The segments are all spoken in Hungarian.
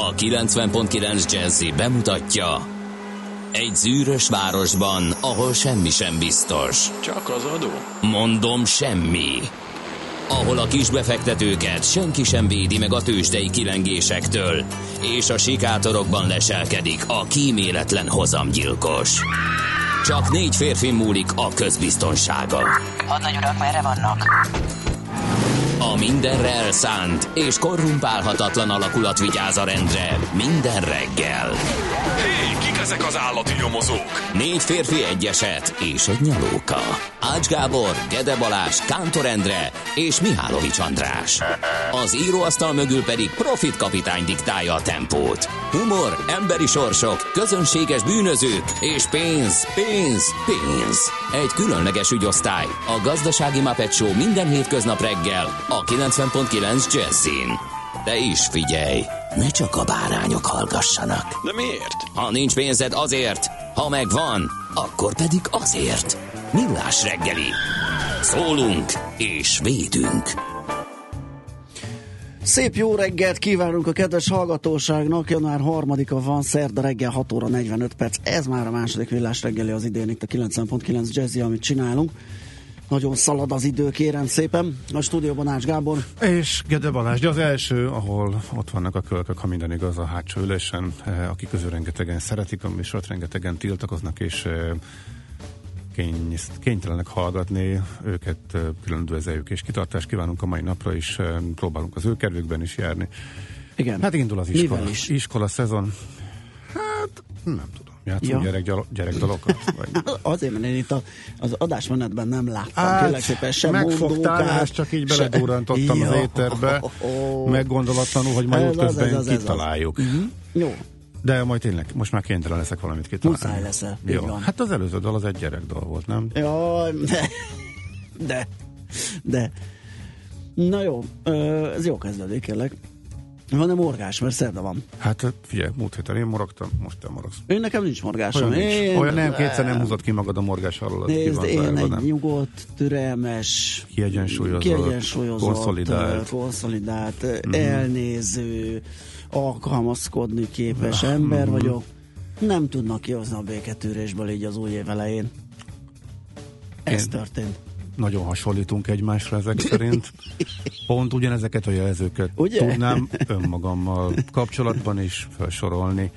A 90.9 Jazzy bemutatja: egy zűrös városban, ahol semmi sem biztos. Csak az adó? Mondom, semmi. Ahol a kisbefektetőket senki sem védi meg a tőzsdei kilengésektől, és a sikátorokban leselkedik a kíméletlen hozamgyilkos. Csak 4 férfi múlik a közbiztonsága. Hadnagy urak, merre vannak? A mindenre elszánt és korrumpálhatatlan alakulat vigyáz a rendre minden reggel. Hé, kik ezek az állati nyomozók? 4 férfi, egy eset és egy nyalóka. Ács Gábor, Gede Balázs, Kántor Endre és Mihálovics András. Az íróasztal mögül pedig Profit kapitány diktálja a tempót. Humor, emberi sorsok, közönséges bűnözők és pénz, pénz, pénz. Egy különleges ügyosztály, a Gazdasági Muppet Show minden hétköznap reggel a 90.9 Jazzin. De is figyelj, ne csak a bárányok hallgassanak. De miért? Ha nincs pénzed, azért, ha megvan, akkor pedig azért. Millás reggeli. Szólunk és védünk. Szép jó reggelt kívánunk a kedves hallgatóságnak. Január 3-a van, szerda reggel 6 óra 45 perc. Ez már a második Millás reggeli az idén itt a 90.9 Jazzy, amit csinálunk. Nagyon szalad az idő, kérem szépen. A stúdióban Ács Gábor. És Gede Balázs, de az első, ahol ott vannak a kölkök, ha minden igaz, a hátsó ülésen, akik közül rengetegen szeretik, és ott rengetegen tiltakoznak, és kénytelenek hallgatni, őket külön üdvözöljük, és kitartást kívánunk a mai napra is, próbálunk az ő kedvükben is járni. Igen. Hát indul az iskola szezon. Hát nem tudom. Játszunk gyerekdalokat? Vagy? Azért, mert én itt az adásmenetben nem láttam. Kérlek szépen sem megfogtál, és csak így beledurrantottam az éterbe, meggondolatlanul, hogy majd útközben kitaláljuk. Jó. De majd tényleg, most már kénytelen leszek valamit kitalálni. Muszáj leszel. Jó. Hát az előző dal az egy gyerekdal volt, nem? Jaj, de. Na jó, ez jó kezdődik, kérlek. Van-e morgás, mert szerda van? Hát figyelj, múlt héten én morogtam, most te morogsz. Én nekem nincs morgásom. Olyan nem, kétszer nem húzott ki magad a morgás alól. Nézd, én egy nyugodt, türelmes, kiegyensúlyozott, konszolidált, elnéző, alkalmazkodni képes ember vagyok. Nem tudnak kihozni a béketűrésből így az új év elején. Ez történt. Nagyon hasonlítunk egymásra ezek szerint. Pont ugyanezeket a jelzőket tudnám önmagammal kapcsolatban is felsorolni.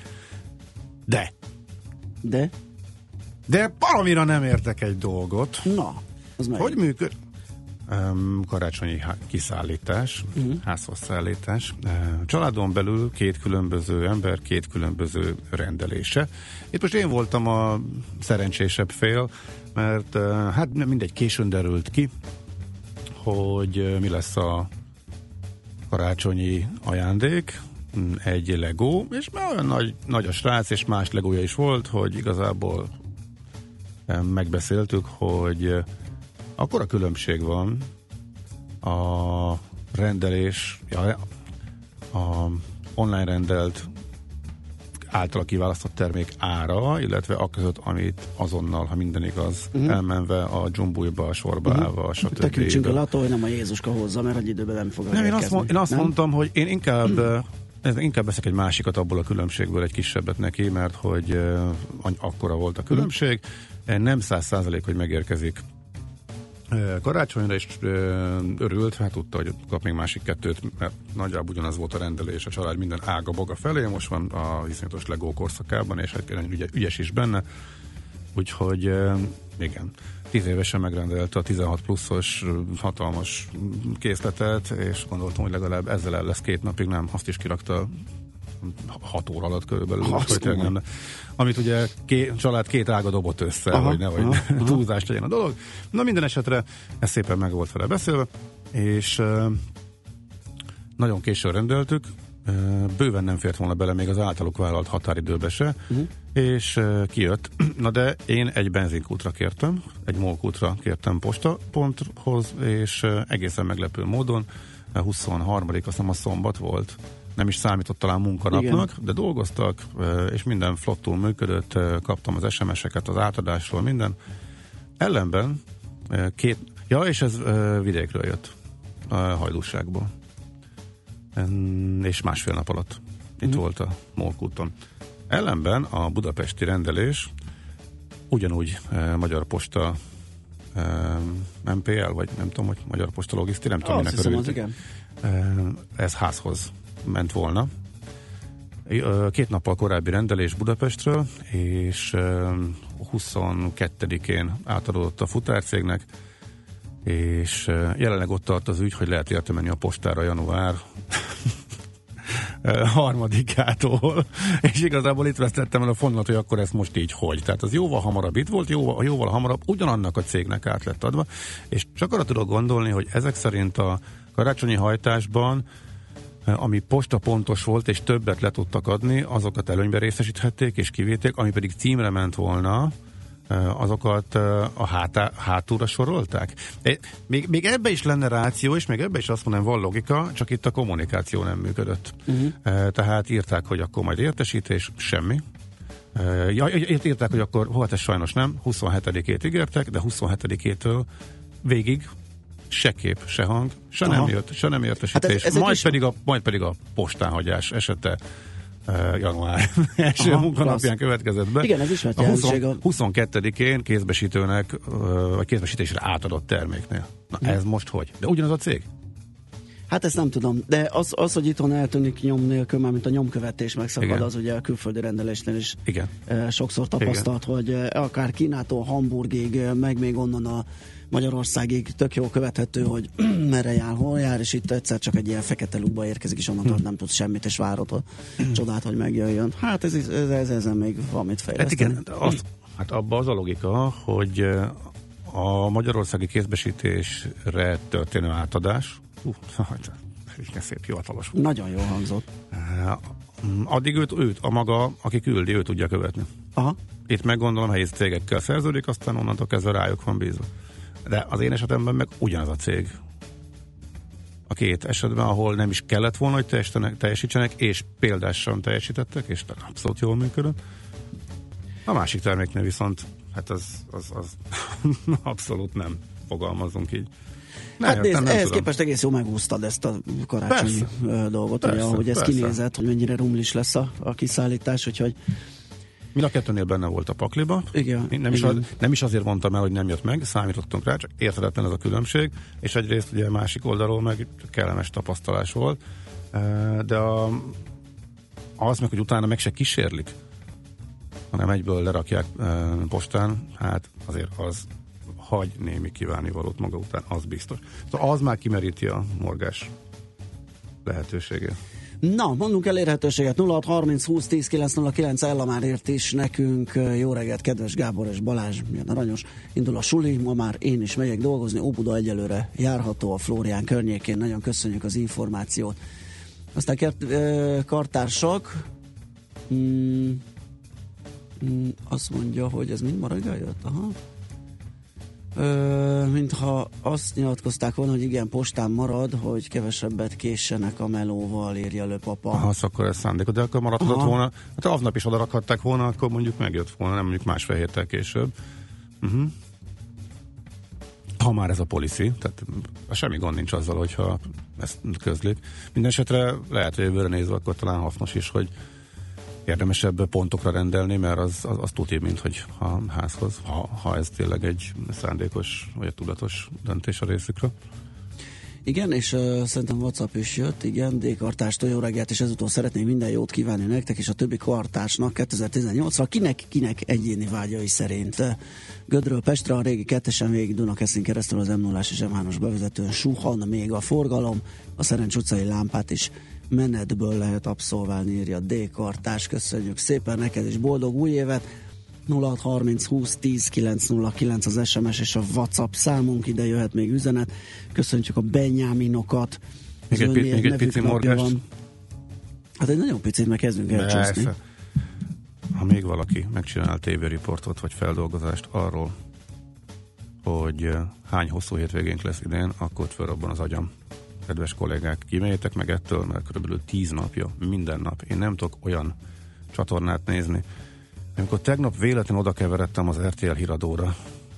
De valamire nem értek egy dolgot. Na, az meg. Hogy működik? Karácsonyi kiszállítás, házhozszállítás. Családon belül 2 különböző ember, 2 különböző rendelése. Itt most én voltam a szerencsésebb fél, mert hát mindegy, későn derült ki, hogy mi lesz a karácsonyi ajándék, egy Lego, és már olyan nagy a srác, és más Legója is volt, hogy igazából megbeszéltük, hogy akkora különbség van a rendelés, a online rendelt általa kiválasztott termék ára, illetve aközött, amit azonnal, ha minden igaz, elmenve a dzsumbújba, a sorba állva, stb. Tekintsünk el attól, hogy nem a Jézuska hozza, mert egy időben nem fog elérkezni. Én azt mondtam, hogy én inkább veszek egy másikat abból a különbségből, egy kisebbet neki, mert hogy akkora volt a különbség. Nem 100%, hogy megérkezik karácsonyra, és örült, hát tudta, hogy kap még másik 2, mert nagyjából ugyanaz volt a rendelés, a család minden ága-boga felé, most van a iszonyatos Lego korszakában, és hát ügyes is benne, úgyhogy igen, 10 évesen megrendelte a 16 pluszos hatalmas készletet, és gondoltam, hogy legalább ezzel el lesz 2 napig, nem, azt is kirakta 6 óra alatt körülbelül, amit ugye család 2 ága dobott össze, hogy nehogy túlzást legyen a dolog. Na minden esetre ez szépen meg volt vele beszélve, és nagyon későn rendeltük, bőven nem fért volna bele még az általuk vállalt határidőbe se, és kijött. Na de én egy benzinkútra kértem, egy molkútra kértem postaponthoz, és egészen meglepő módon 23. azt hiszem a szombat volt, nem is számított talán munkanapnak, igen, de dolgoztak, és minden flottul működött, kaptam az SMS-eket az átadásról, minden. Ellenben és ez vidékről jött, a Hajdúságból. És 1,5 nap alatt Itt volt a Molkúton. Ellenben a budapesti rendelés ugyanúgy Magyar Posta MPL, vagy nem tudom, hogy Magyar Posta Logiszti, nem tudom, minek örültek. Ez házhoz ment volna. 2 nappal korábbi rendelés Budapestről, és 22-én átadott a futárcégnek, és jelenleg ott tart az ügy, hogy lehet érte menni a postára január 3-ától, és igazából itt vesztettem el a fonalat, hogy akkor ezt most így hogy. Tehát az jóval hamarabb itt volt, jóval hamarabb ugyanannak a cégnek át lett adva, és csak arra tudok gondolni, hogy ezek szerint a karácsonyi hajtásban, ami postapontos volt, és többet le tudtak adni, azokat előnybe részesíthették, és kivéték, ami pedig címre ment volna, azokat a hátulra sorolták. Még ebbe is lenne ráció, és még ebbe is azt mondom, van logika, csak itt a kommunikáció nem működött. Tehát írták, hogy akkor majd értesítés, semmi. Írták, hogy akkor, hát ez sajnos nem, 27-ét ígértek, de 27-től végig se kép, se hang, se nem értesítés, hát majd pedig a postánhagyás esete január első munkanapján következett be. Igen, ez ismert jelenség. 22-én kézbesítőnek, vagy kézbesítésre átadott terméknél. Na ez most hogy? De ugyanaz a cég? Hát ezt nem tudom, de az hogy itthon eltűnik nyom nélkül, már mint a nyomkövetés megszakad, igen. Az ugye a külföldi rendelésnél is igen. Sokszor tapasztalt, igen. Hogy akár Kínától Hamburgig, meg még onnan a Magyarországig tök jól követhető, hogy merre jár, hol jár, és itt egyszer csak egy ilyen fekete lukba érkezik, és onnan nem tudsz semmit, és várod a csodát, hogy megjöjjön. Hát ezen még van mit fejleszteni. Hát igen, hát abban az a logika, hogy a magyarországi kézbesítésre történő átadás, szép hivatalos. Nagyon jól hangzott. Addig őt a maga, aki küldi, ő tudja követni. Aha. Itt meggondolom, helyi cégekkel szerződik, aztán onnantól kezdve rájuk van bízva. De az én esetemben meg ugyanaz a cég. A 2 esetben, ahol nem is kellett volna, hogy teljesítsenek, és példásan teljesítettek, és abszolút jól működött. A másik terméknél viszont, hát az abszolút nem fogalmazunk így. Hát nézd, ehhez képest egész jól megúsztad ezt a karácsonyi dolgot, persze, ugye, ahogy ez kinézett, hogy mennyire rumlis lesz a kiszállítás, úgyhogy mind a kettőnél benne volt a pakliba. Igen, nem is azért mondtam el, hogy nem jött meg, számítottunk rá, csak érthetetlen ez a különbség, és egyrészt ugye a másik oldalról meg kellemes tapasztalás volt, de az meg, hogy utána meg se kísérlik, hanem egyből lerakják postán, hát azért az hagy némi kívánnivalót maga után, az biztos. Szóval az már kimeríti a morgás lehetőségét. Na, mondunk elérhetőséget. 0630 20 10 909 Ella már írt is nekünk. Jó reggelt, kedves Gábor és Balázs, milyen aranyos. Indul a suli, ma már én is megyek dolgozni. Óbuda egyelőre járható a Flórián környékén. Nagyon köszönjük az információt. Aztán kartársak azt mondja, hogy ez mind ma reggel jött. Aha. Mintha azt nyilatkozták volna, hogy igen, postán marad, hogy kevesebbet késsenek a melóval, írja Lőpapa. Aha, akkor ez szándékod, de akkor maradhatott volna. Hát aznap is odarakhatták volna, akkor mondjuk megjött volna, nem mondjuk másfél héttel később. Ha már ez a policy, tehát semmi gond nincs azzal, hogyha ezt közlik. Mindenesetre lehet, hogy jövőre nézve, akkor talán hasznos is, hogy érdemesebb pontokra rendelni, mert az tudja, mint hogy a házhoz, ha ez tényleg egy szándékos vagy egy tudatos döntés a részükről. Igen, és szerintem WhatsApp is jött, igen, D-kartástól jó reggelt, és ezúttal szeretném minden jót kívánni nektek, és a többi kartásnak 2018-ra, kinek egyéni vágyai szerint. Gödről Pestre, a régi kettesen végig Dunakeszin keresztül az M0-as és M3-as bevezetőn suhan még a forgalom, a Szerencs utcai lámpát is menetből lehet abszolválni, írja D-kartás. Köszönjük szépen neked, és boldog új évet! 0630 20 10 909 az SMS és a WhatsApp számunk, ide jöhet még üzenet. Köszönjük a Benyáminokat. Még egy pici morgást. Hát egy nagyon picit, meg kezdünk elcsúszni. Ha még valaki megcsinál tévériportot vagy feldolgozást arról, hogy hány hosszú hétvégénk lesz idén, akkor fölrobban az agyam. Kedves kollégák, kíméljétek meg ettől, mert körülbelül 10 napja, minden nap. Én nem tudok olyan csatornát nézni. Amikor tegnap véletlenül oda keveredtem az RTL híradóra,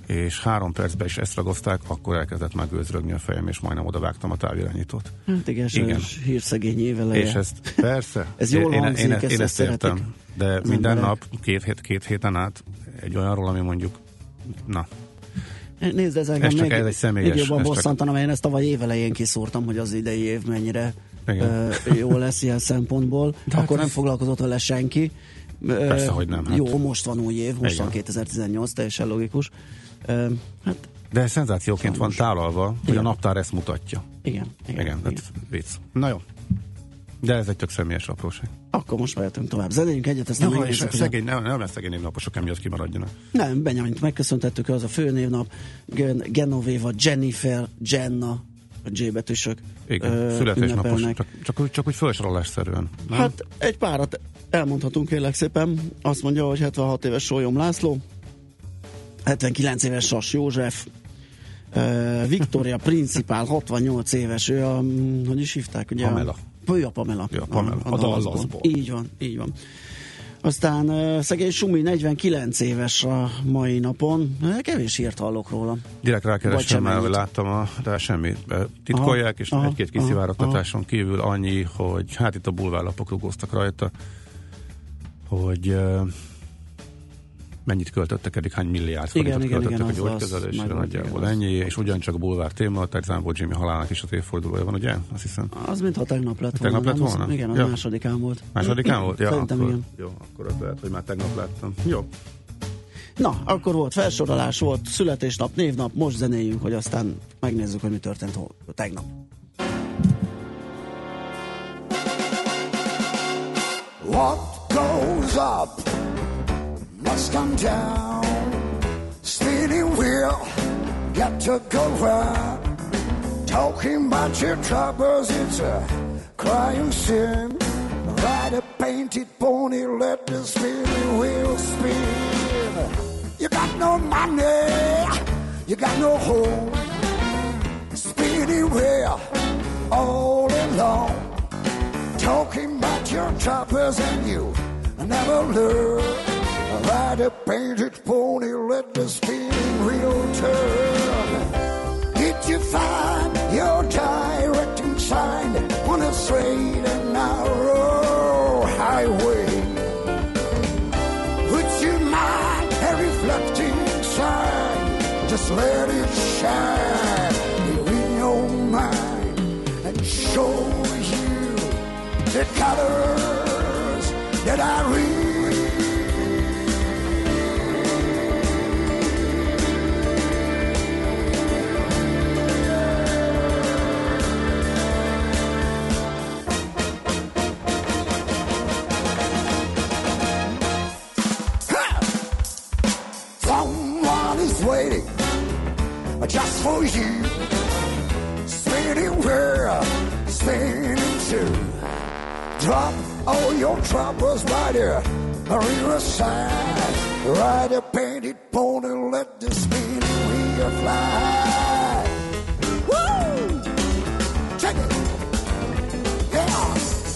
és 3 percben is ezt ragozták, akkor elkezdett már gőzrögni a fejem, és majdnem odavágtam a távirányítót. Hát igen. Hírszegény éveleje. És ezt persze, ez jól hangzik, én ezt értem, de minden nap, két héten át egy olyanról, ami mondjuk, na. Nézd, ez egy személyes, még jobban bosszantanom, mert én ezt tavaly évelején kiszúrtam, hogy az idei év mennyire jó lesz ilyen szempontból. De akkor nem foglalkozott vele senki. Persze, hogy nem. Hát. Jó, most van új év, most van 2018, teljesen logikus. Hát, de szenzációként van tálalva, hogy a naptár ezt mutatja. Igen. Hát vicc. Na jó. De ez egy tök személyes apróság. Akkor most mehetünk tovább. Zenéljünk egyet, ezt nem megnézzük. Nem lesz szegény névnaposok, emiatt kimaradjanak. Nem, Benyamin, megköszöntettük, az a Genoveva, Jennifer, Jenna, a J betűsök. Igen, születésnapos, csak úgy felsorolásszerűen. Nem? Hát egy párat elmondhatunk, kérlek szépen. Azt mondja, hogy 76 éves Sólyom László, 79 éves Sas József, Victoria Principál, 68 éves, ő a, hogy is hívták, ugye? Pamela. Ő a Pamela. Ja, Pamela. A Dallasból. Így van. Aztán szegény Sumi, 49 éves a mai napon. Kevés hírt hallok róla. Direkt rákerestem, mert láttam, de semmi. Titkolják, és egy-két kiszivárogtatáson kívül annyi, hogy hát itt a bulvárlapok rugóztak rajta, hogy mennyit költöttek eddig, hány milliárd forintot költöttek a gyógykezelésre, nagyjából ennyi, és ugyancsak a bulvár téma, tehát Zámbó Jimmy halálának is az évfordulója van, ugye? Azt hiszem. Az mintha tegnap lett volna. Tegnap lett volna? Igen, a másodikán volt. Másodikán volt? Ja, szerintem akkor, igen. Jó, akkor az lehet, hogy már tegnap láttam. Jó. Na, akkor volt felsorolás, volt születésnap, névnap, most zenéljünk, hogy aztán megnézzük, hogy mi történt tegnap. What goes up must come down. Spinning wheel, got to go round. Talking about your troubles, it's a crying sin. Ride a painted pony, let the spinning wheel spin. You got no money, you got no home. Spinning wheel, all alone. Talking about your troubles and you never learn. Ride a painted pony, let the spinning wheel turn. Did you find your directing sign on a straight and narrow highway? Would you mind a reflecting sign? Just let it shine in your mind and show you the colors that I read. Waiting just for you. Spinning world, spinning too. Drop all your troubles by the riverside. Ride a painted pony, let the spinning wheel fly. Woo! Check it. Yeah.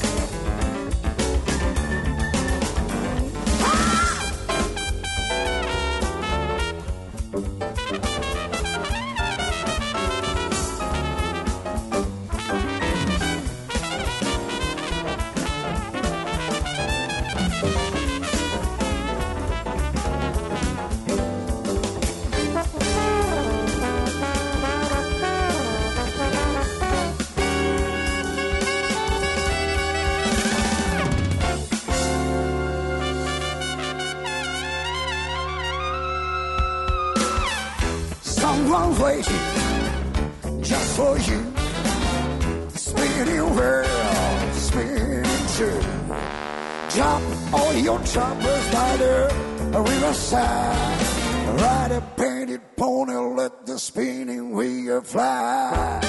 Someone waiting just for you. Spinning world, spinning too. Drop all your troubles by the riverside. Ride a painted pony, let the spinning wheel fly.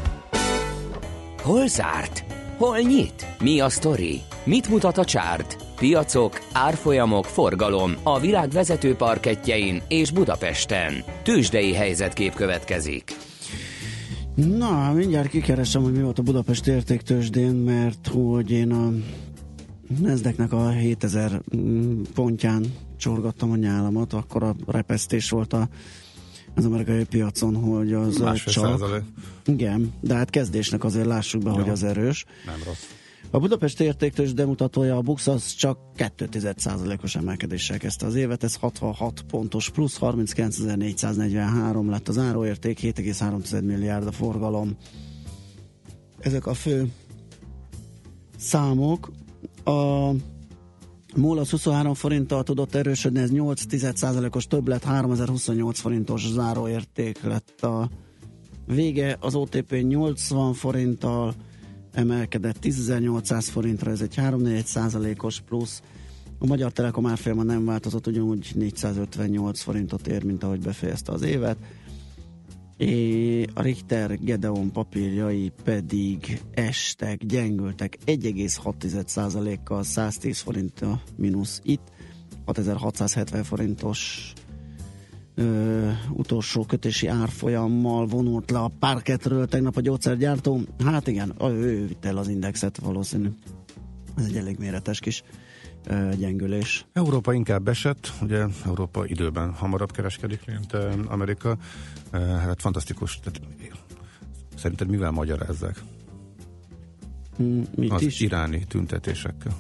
Hol zárt? Hol nyit? Mi a sztori? Mit mutat a csárt? piacok, árfolyamok, forgalom a világ vezető parkettjein és Budapesten. Tőzsdei helyzetkép következik. Na, mindjárt kikeresem, hogy mi volt a Budapest értéktőzsdén, mert hogy én a Nasdaqnek a 7000 pontján csorgattam a nyálamat, akkor a repesztés volt az amerikai piacon, hogy az csak... Igen, de hát kezdésnek azért lássuk be, hogy az erős. Nem rossz. A Budapest értéktőzsde mutatója, a BUX az csak 2,1%-os emelkedéssel kezdte az évet, ez 66 pontos plusz, 39.443 lett az áróérték, 7,3 milliárd a forgalom. Ezek a fő számok. A MOL az 23 forinttal tudott erősödni, ez 8,1%-os többlet, 3028 forintos záróérték lett a vége. Az OTP 80 forinttal emelkedett 10.800 forintra, ez egy 3,4%-os plusz. A Magyar Telekom árfolyama nem változott, ugyanúgy 458 forintot ér, mint ahogy befejezte az évet. A Richter Gedeon papírjai pedig estek, gyengültek 1,6%-kal, 110 forint a mínusz itt, 6670 forintos utolsó kötési árfolyammal vonult le a parketről tegnap a gyógyszergyártó. Hát igen, ő vitte el az indexet valószínű. Ez egy elég méretes kis gyengülés. Európa inkább esett, ugye Európa időben hamarabb kereskedik, mint Amerika. Hát fantasztikus. Tehát, szerinted mivel magyarázzák? Mit az is? Iráni tüntetésekkel.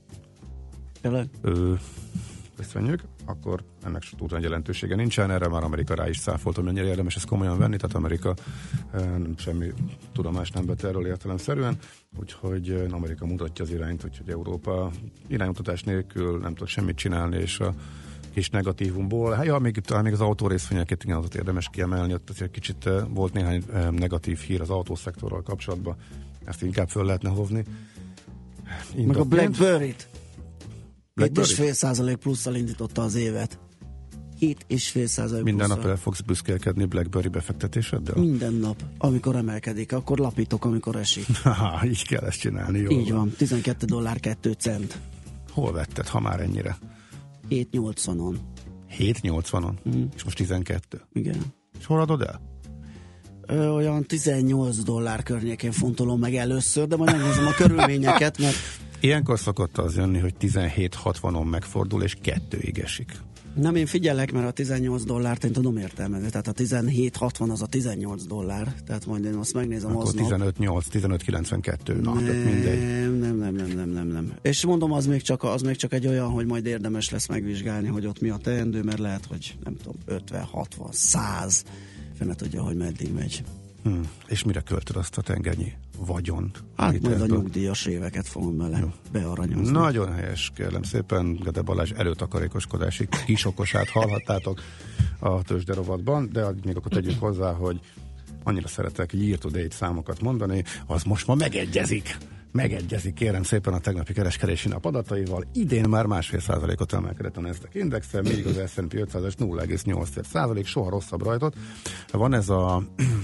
Köszönjük, akkor ennek túl nagy jelentősége nincsen, erre már Amerika rá is száfolt, hogy mennyire érdemes ezt komolyan venni, tehát Amerika semmi tudomást nem vett erről értelemszerűen, úgyhogy Amerika mutatja az irányt, úgyhogy Európa iránymutatás nélkül nem tud semmit csinálni, és a kis negatívumból, hát ja, még az autórészvényeket igen, azot érdemes kiemelni, ott azért kicsit volt néhány negatív hír az autószektorral kapcsolatban, ezt inkább föl lehetne hozni. Meg a BlackBerry-t 7,5% plusszal indította az évet. 7,5% Minden nap el fogsz büszkélkedni BlackBerry befektetéseddel? Minden nap. Amikor emelkedik, akkor lapítok, amikor esik. Így kell ezt csinálni. Jól így van. $12.02. Hol vetted, ha már ennyire? 7,80-on. 7,80-on? És most 12? Igen. És hol adod el? Olyan $18 környékén fontolom meg először, de majd megnézem a körülményeket, mert ilyenkor szokott az jönni, hogy 17,60-on megfordul, és 2-ig esik. Nem, én figyelek, mert a $18 én tudom értelmezni, tehát a 17,60 az a $18, tehát majd én azt megnézem akkor aznap. 15,8, 15,92, na, tehát mindegy. Nem. És mondom, az még csak egy olyan, hogy majd érdemes lesz megvizsgálni, hogy ott mi a teendő, mert lehet, hogy nem tudom, 50, 60, 100, fene tudja, hogy meddig megy. És mire költöd azt a tengernyi vagyont? Hát majd a nyugdíjas éveket fogom bele bearanyozni. Nagyon helyes, kérlem szépen, Gede Balázs előtakarékoskodási kisokosát hallhattátok a tőzsde rovatban, de még akkor tegyük hozzá, hogy annyira szeretek year to date számokat mondani, az most ma megegyezik, kérem szépen a tegnapi kereskedési nap adataival. Idén már 1,5%-ot emelkedett a Nasdaq indexe, még az S&P 500-es 0,8%, soha rosszabb rajtot. Van ez a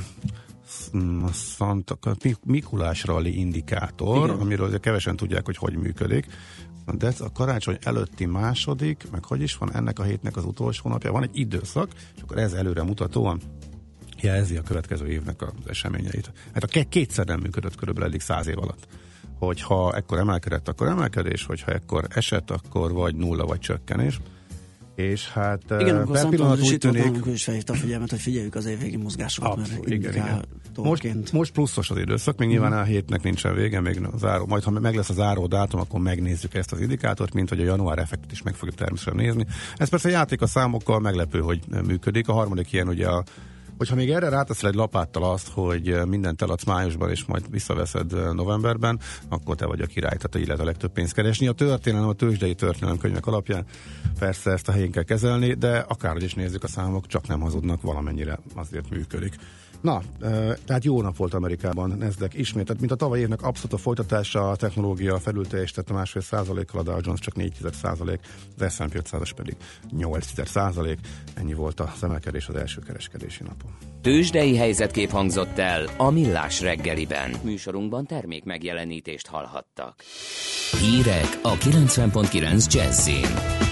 Mikulás rally indikátor, igen, amiről kevesen tudják, hogy működik. De ez a karácsony előtti második, meg hogy is van ennek a hétnek az utolsó napja, van egy időszak, és akkor ez előre mutatóan jelzi a következő évnek az eseményeit. Hát a kétszer nem működött körülbelül eddig 100 év alatt. Hogyha ekkor emelkedett, akkor emelkedés, hogyha ekkor esett, akkor vagy nulla, vagy csökkenés. És hát igen, per pillanat úgy tűnik... is felhívta a figyelmet, hogy figyeljük az évvégi mozgásokat, mert igen. Most pluszos az időszak, még nyilván a hétnek nincsen vége, még majd ha meg lesz a záró dátum, akkor megnézzük ezt az indikátort, mint hogy a január effektet is meg fogjuk természetesen nézni. Ez persze játék a számokkal, meglepő, hogy működik. A harmadik ilyen ugye hogyha még erre ráteszel egy lapáttal azt, hogy mindent eladsz májusban, és majd visszaveszed novemberben, akkor te vagy a király, tehát így lehet a legtöbb pénzt keresni. A tőzsdei történelemkönyvek alapján persze ezt a helyén kell kezelni, de akárhogy is nézzük, a számok csak nem hazudnak, valamennyire azért működik. Na, tehát jó nap volt Amerikában, Nasdaq ismét, tehát mint a tavaly évnek abszolút a folytatása, a technológia felülteljesítette 1,5%-kal, a Dow Jones csak 4,1%, az S&P 500-as pedig 8,1%. Ennyi volt az emelkedés az első kereskedési napon. Tőzsdei helyzetkép hangzott el a Millás reggeliben. Műsorunkban termék megjelenítést hallhattak. Hírek a 90.9 Jazzin.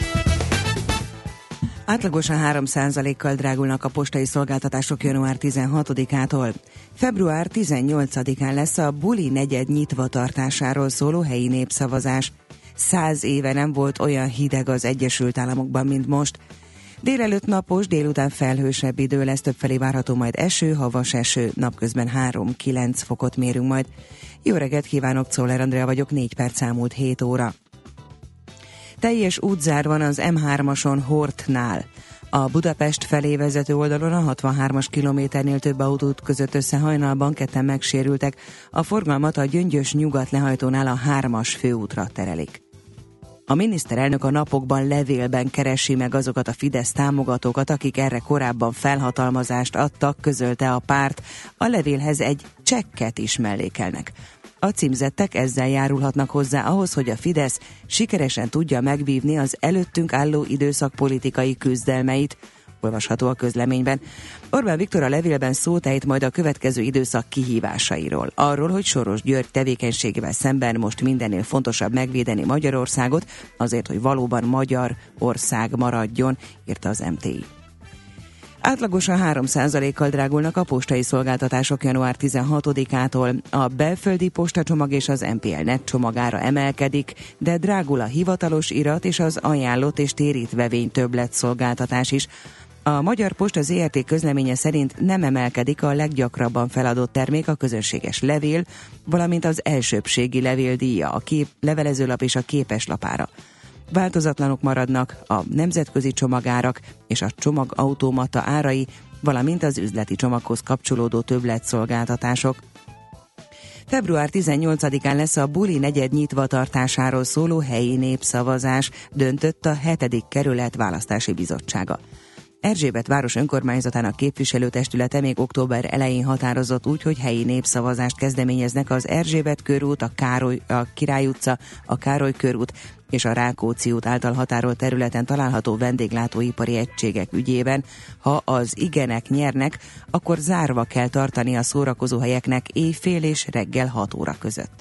Átlagosan 3%-kal drágulnak a postai szolgáltatások január 16-ától. Február 18-án lesz a buli negyed nyitva tartásáról szóló helyi népszavazás. 100 éve nem volt olyan hideg az Egyesült Államokban, mint most. Délelőtt napos, délután felhősebb idő lesz, többfelé várható majd eső, havas eső, napközben 3-9 fokot mérünk majd. Jó reggelt kívánok, Czoller Andrea vagyok, 4 perc elmúlt 7 óra. Teljes útzár van az M3-ason Hortnál. A Budapest felé vezető oldalon a 63-as kilométernél több autó ütközött össze hajnalban, ketten megsérültek. A forgalmat a Gyöngyös nyugat lehajtónál a 3-as főútra terelik. A miniszterelnök a napokban levélben keresi meg azokat a Fidesz támogatókat, akik erre korábban felhatalmazást adtak, közölte a párt. A levélhez egy csekket is mellékelnek. A címzettek ezzel járulhatnak hozzá ahhoz, hogy a Fidesz sikeresen tudja megvívni az előttünk álló időszak politikai küzdelmeit, olvasható a közleményben. Orbán Viktor a levélben szót ejt majd a következő időszak kihívásairól. Arról, hogy Soros György tevékenységével szemben most mindennél fontosabb megvédeni Magyarországot, azért, hogy valóban magyar ország maradjon, írta az MTI. Átlagosan 3%-kal drágulnak a postai szolgáltatások január 16-ától. A belföldi postacsomag és az MPL net csomagára emelkedik, de drágul a hivatalos irat és az ajánlott és térítvevény többlet szolgáltatás is. A Magyar Posta ZRT közleménye szerint nem emelkedik a leggyakrabban feladott termék, a közönséges levél, valamint az elsőbbségi levéldíja, a levelezőlap és a képeslapára. Változatlanok maradnak a nemzetközi csomagárak és a csomagautomata árai, valamint az üzleti csomaghoz kapcsolódó többletszolgáltatások. Február 18-án lesz a buli negyed nyitva tartásáról szóló helyi népszavazás, döntött a 7. kerület választási bizottsága. Erzsébet város önkormányzatának képviselőtestülete még október elején határozott úgy, hogy helyi népszavazást kezdeményeznek az Erzsébet körút, a Király utca, a Károly körút és a Rákóczi út által határolt területen található vendéglátóipari egységek ügyében. Ha az igenek nyernek, akkor zárva kell tartani a szórakozóhelyeknek éjfél és reggel 6 óra között.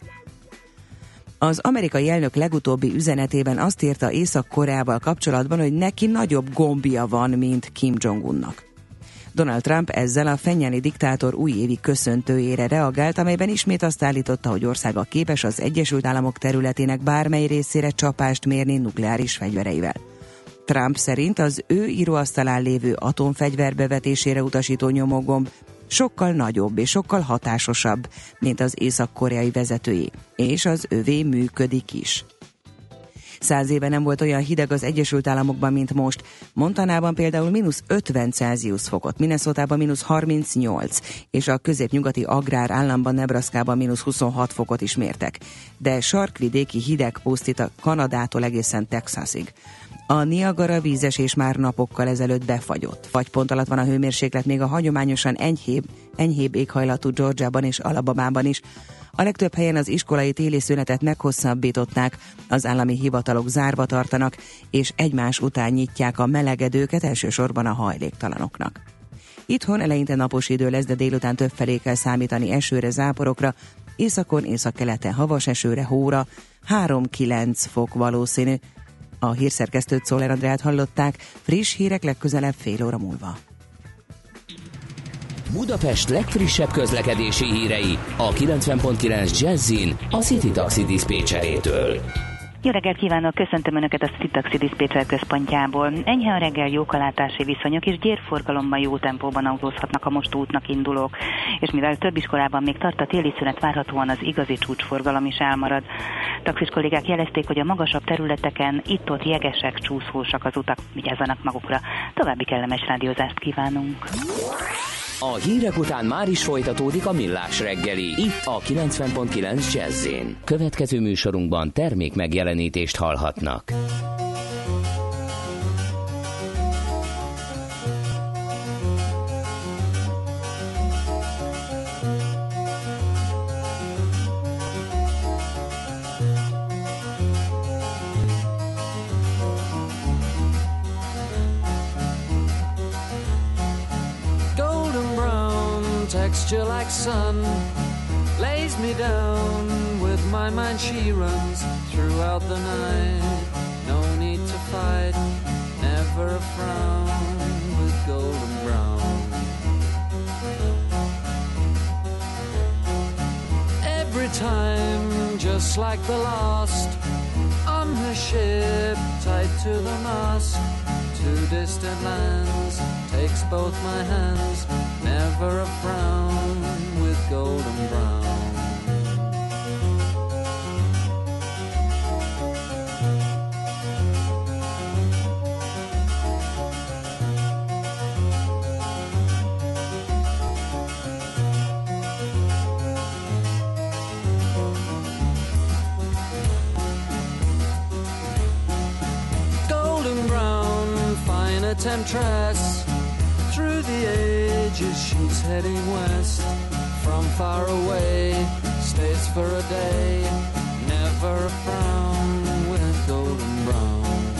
Az amerikai elnök legutóbbi üzenetében azt írta Észak-Koreával kapcsolatban, hogy neki nagyobb gombja van, mint Kim Jong-unnak. Donald Trump ezzel a fennyeni diktátor újévi köszöntőjére reagált, amelyben ismét azt állította, hogy országa képes az Egyesült Államok területének bármely részére csapást mérni nukleáris fegyvereivel. Trump szerint az ő íróasztalán lévő atomfegyver bevetésére utasító nyomógomb sokkal nagyobb és sokkal hatásosabb, mint az észak-koreai vezetői, és az övé működik is. 100 éve nem volt olyan hideg az Egyesült Államokban, mint most. Montanában például -50 Celsius fokot, Minnesotában -38, és a középnyugati agrár államban Nebraskában -26 fokot is mértek. De sarkvidéki hideg pusztít a Kanadától egészen Texasig. A Niagara vízesés már napokkal ezelőtt befagyott. Fagypont alatt van a hőmérséklet még a hagyományosan enyhébb éghajlatú Georgiában és Alabamában is. A legtöbb helyen az iskolai téli szünetet meghosszabbították, az állami hivatalok zárva tartanak, és egymás után nyitják a melegedőket, elsősorban a hajléktalanoknak. Itthon eleinte napos idő lesz, de délután többfelé kell számítani esőre, záporokra, északon, északkeleten havas esőre, hóra, 3-9 fok valószínű. A hírszerkesztőt, Czoller Andreát hallották, friss hírek legközelebb fél óra múlva. Budapest legfrissebb közlekedési hírei a 90.9 Jazzin a City Taxi diszpécserétől. Jó reggelt kívánok, köszöntöm Önöket a City Taxi diszpécser központjából. Enyhe a reggel, jók a látási viszonyok, és gyérforgalomban jó tempóban autózhatnak a most útnak indulók. És mivel több iskolában még tart a téli szünet, várhatóan az igazi csúcsforgalom is elmarad. Taxis kollégák jelezték, hogy a magasabb területeken itt-ott jegesek, csúszósak az utak, vigyázzanak magukra. További kellemes rádiózást kívánunk. A hírek után már is folytatódik a Millás reggeli, itt a 90.9 Jazz-én. Következő műsorunkban termék megjelenítést hallhatnak. Golden texture like sun lays me down. With my mind she runs throughout the night. No need to fight, never a frown, with golden brown. Every time, just like the last, on her ship, tied to the mast, to distant lands, takes both my hands, never a frown, with golden brown. Temptress, through the ages she's heading west. From far away, stays for a day, never a frown, with golden brown.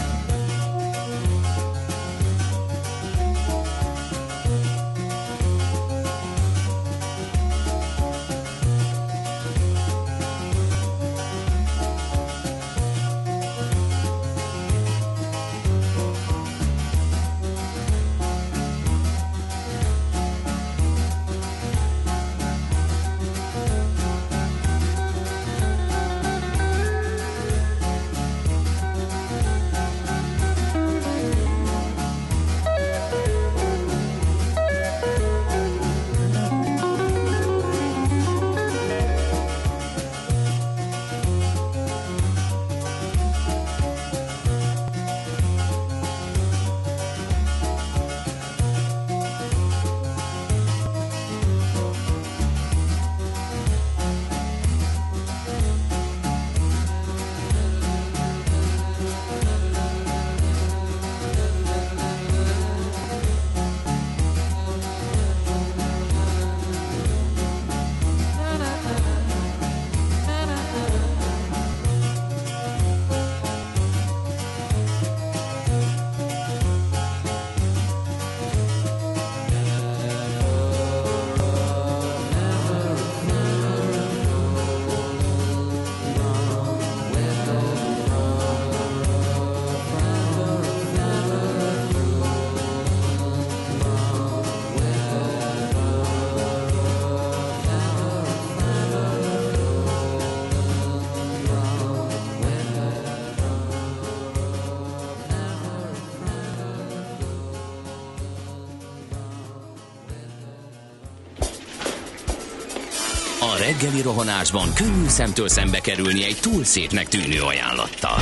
A reggeli rohanásban könnyű szemtől szembe kerülni egy túl szépnek tűnő ajánlattal.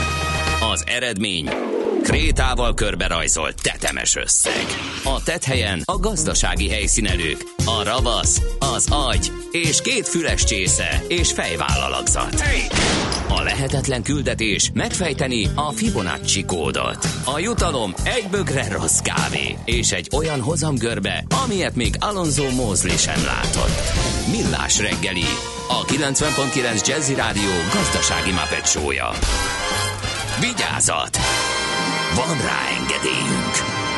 Az eredmény krétával körberajzolt tetemes összeg. A tetthelyen a gazdasági helyszínelők, a ravasz, az agy és 2 füles csésze és fejvállalakzat. A lehetetlen küldetés megfejteni a Fibonacci kódot. A jutalom egy bögre rossz kávé és egy olyan hozamgörbe, amilyet még Alonso Mosley sem látott. Millás reggeli, a 90.9 Jazzy Rádió gazdasági Muppet show-ja. Vigyázat! Van rá engedélyünk!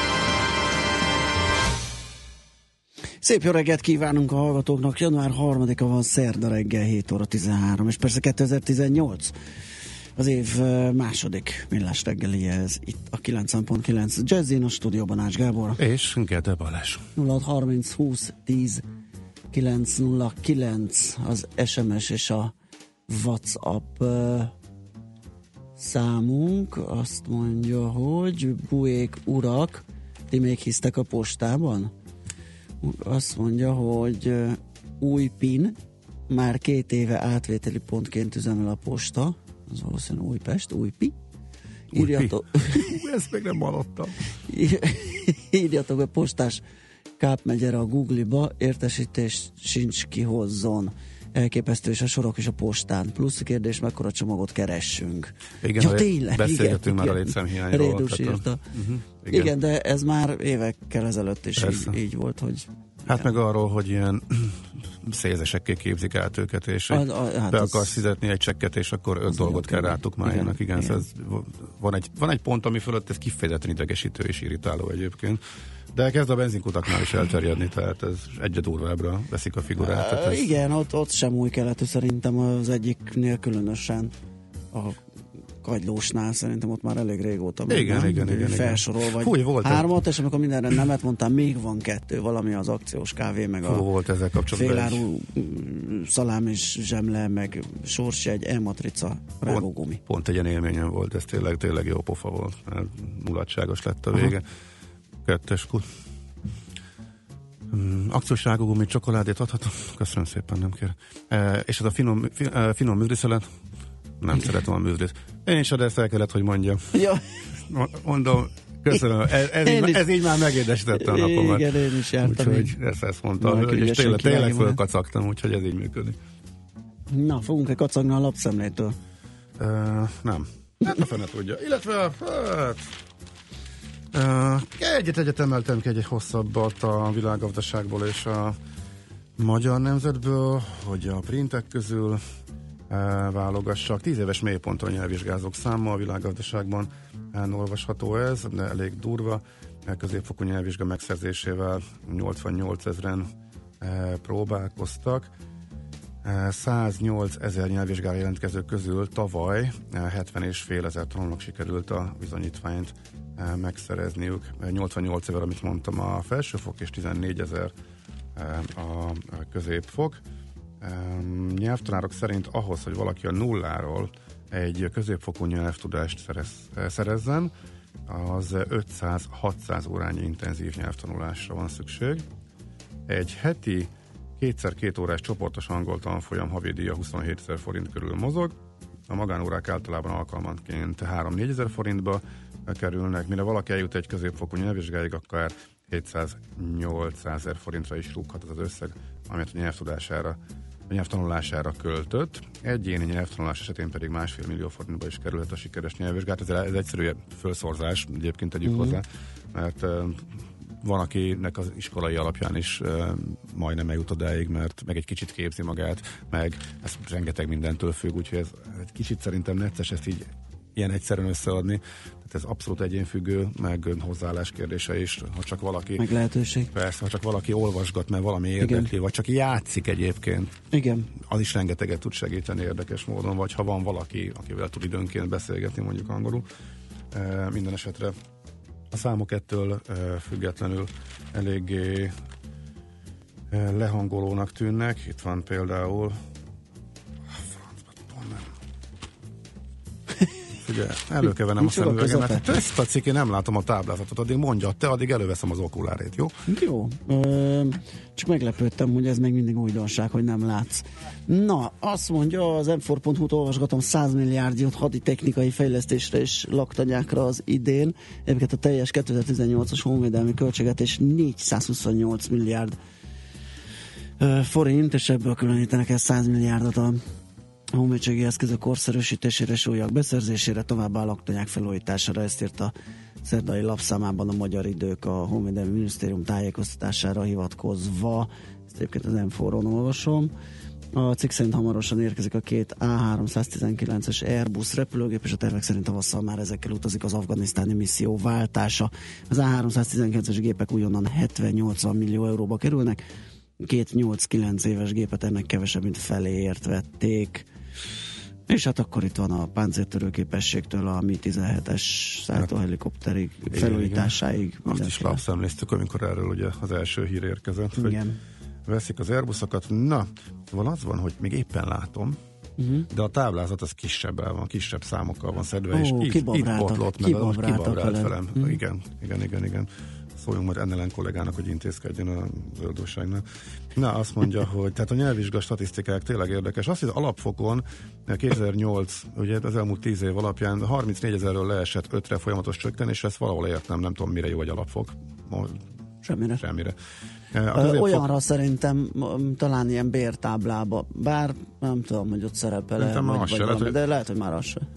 Szép jó reggelt kívánunk a hallgatóknak. Január 3-a van, szerda reggel 7 óra 13, és persze 2018. Az év második millás reggeli ez itt a 90.9 Jazzin, a stúdióban Ács Gábor. És Gede Balázs. 0630 20 10 909 az SMS és a WhatsApp számunk. Azt mondja, hogy Buék urak, ti még hisztek a postában? Azt mondja, hogy új PIN, már 2 éve átvételi pontként üzemel a posta, az valószínűleg Újpest, új-pi. Írjatok, ezt még nem hallottam. Írjatok be postás Káp megyere a Google-ba, értesítés sincs, kihozzon. Elképesztő, és a sorok is a postán. Plusz kérdés, mekkora csomagot keressünk. Igen, ja, tényleg, beszélgetünk már a létszámhiányról. Rédus írta. Igen, de ez már évekkel ezelőtt is így volt, hogy Hát meg arról, hogy ilyen szélzesekké képzik át őket, és be akarsz fizetni egy csekket, és akkor 5 dolgot kell rátukmáljanak. Igen. Ez van egy pont, ami fölött ez kifejezetten idegesítő és irritáló egyébként. De kezd a benzinkutaknál is elterjedni, tehát ez egyre durvábbra veszik a figurát. Ez... Igen, ott sem új keletű szerintem az egyiknél különösen a Kagylósnál szerintem ott már elég régóta. Igen. Felsorol, vagy volt 3, és amikor mindenre nemet mondtam, még van 2, valami az akciós kávé, meg volt ezzel kapcsolatban féláru szalám és zsemle, meg sorsjegy, e-matrica, rágógumi. Pont egy ilyen élményem volt, ez tényleg jó pofa volt. Mulatságos lett a vége. 2-es kut. Akciós rágógumi csokoládét adhatom? Köszönöm szépen, nem kér. És ez a finom műzliszelet? Nem szeretem a műzlit. Én is ezt el kellett, hogy mondjam. Ja. Mondom, köszönöm. Ez így már megédesítette a napomat. Igen, én is jártam. Úgyhogy ezt mondta, és tényleg fölkacagtam, úgyhogy ez így működik. Na, fogunk-e kacagni a lapszemlétől? Nem. Hát a fene tudja. Illetve, egyet emeltem ki egy hosszabbat a világgazdaságból és a Magyar Nemzetből, hogy a printek közül válogassak. 10 éves mélyponton nyelvvizsgázók száma a világgazdaságban olvasható ez, de elég durva. Középfokú nyelvvizsga megszerzésével 88 000-en próbálkoztak. 108 000 nyelvvizsgára jelentkezők közül tavaly 70,5 ezer tanulónak sikerült a bizonyítványt megszerezniük. 88 000, amit mondtam, a felsőfok, és 14 000 a középfok. Nyelvtanárok szerint ahhoz, hogy valaki a nulláról egy középfokú nyelvtudást szerezzen, az 500-600 órányi intenzív nyelvtanulásra van szükség. Egy heti 2x2 órás csoportos angol tanfolyam havidíja 27 000 forint körül mozog. A magánórák általában alkalmanként 3-4 ezer forintba kerülnek. Mire valaki eljut egy középfokú nyelvvizsgáig, akár 700-800 000 forintra is rúghat az összeg, amit a nyelvtanulására költött. Egyéni nyelvtanulás esetén pedig 1,5 millió forintba is kerülhet a sikeres nyelvvizsgát. Ez egyszerű felszorzás, egyébként tegyük hozzá, mert van, akinek az iskolai alapján is majdnem eljut odáig, mert meg egy kicsit képzi magát, meg ez rengeteg mindentől függ, úgyhogy ez egy kicsit szerintem necces ezt így ilyen egyszerűen összeadni. Tehát ez abszolút egyénfüggő, meg hozzáállás kérdése is, ha csak valaki... Meg lehetőség. Persze, ha csak valaki olvasgat, mert valami érdekli, igen, vagy csak játszik egyébként. Igen. Az is rengeteget tud segíteni érdekes módon, vagy ha van valaki, akivel tud időnként beszélgetni, mondjuk angolul. Minden esetre a számok ettől függetlenül eléggé lehangolónak tűnnek. Itt van például ugye, elő kell vennem a szemüvegemet. Ezt a cikk, én nem látom a táblázatot, addig mondja, te addig előveszem az okulárét, jó? Jó. Csak meglepődtem, hogy ez még mindig újdonság, hogy nem látsz. Na, azt mondja, az m4.hu-t olvasgatom, 100 milliárdot hadi technikai fejlesztésre és laktanyákra az idén. Egyébként a teljes 2018-as honvédelmi költségvetés 428 milliárd forint, és ebből különítenek el 100 milliárdot a honvédségi eszközök korszerűsítésére, súlyok beszerzésére, továbbá a laktanyák felújítására. Ezt írt a szerdai lapszámában a Magyar Idők a Honvédelmi Minisztérium tájékoztatására hivatkozva. Ezt egyébként az M4-on olvasom. A cikk szerint hamarosan érkezik a 2 A319-es Airbus repülőgép, és a tervek szerint tavasszal már ezekkel utazik az afganisztáni misszió váltása. Az A319-es gépek újonnan 70-80 millió euróba kerülnek. 2-8-9 éves gépet ennek kevesebb, mint feléért vették. És hát akkor itt van a páncéltörő képességtől a Mi-17-es szállítóhelikopterig, felújításáig. Azt is lapszemléztük, amikor erről ugye az első hír érkezett, hogy veszik az Airbusokat. Na, szóval az van, hogy még éppen látom, de a táblázat az kisebben van, kisebb számokkal van szedve, és itt botlott meg, kibabrált velem. Igen. Szóljunk majd Ennelen kollégának, hogy intézkedjen a zöldországnál. Na, azt mondja, hogy tehát a nyelvvizsga statisztikák tényleg érdekes. Azt, hogy az alapfokon 2008, ugye az elmúlt 10 év alapján 34 000-ről leesett 5-re folyamatos csökkenés, ezt valahol értem, nem tudom, mire jó egy alapfok. Semmire. Olyanra szerintem talán ilyen bértáblába, bár nem tudom, hogy ott szerepel-e, de lehet, hogy már az se.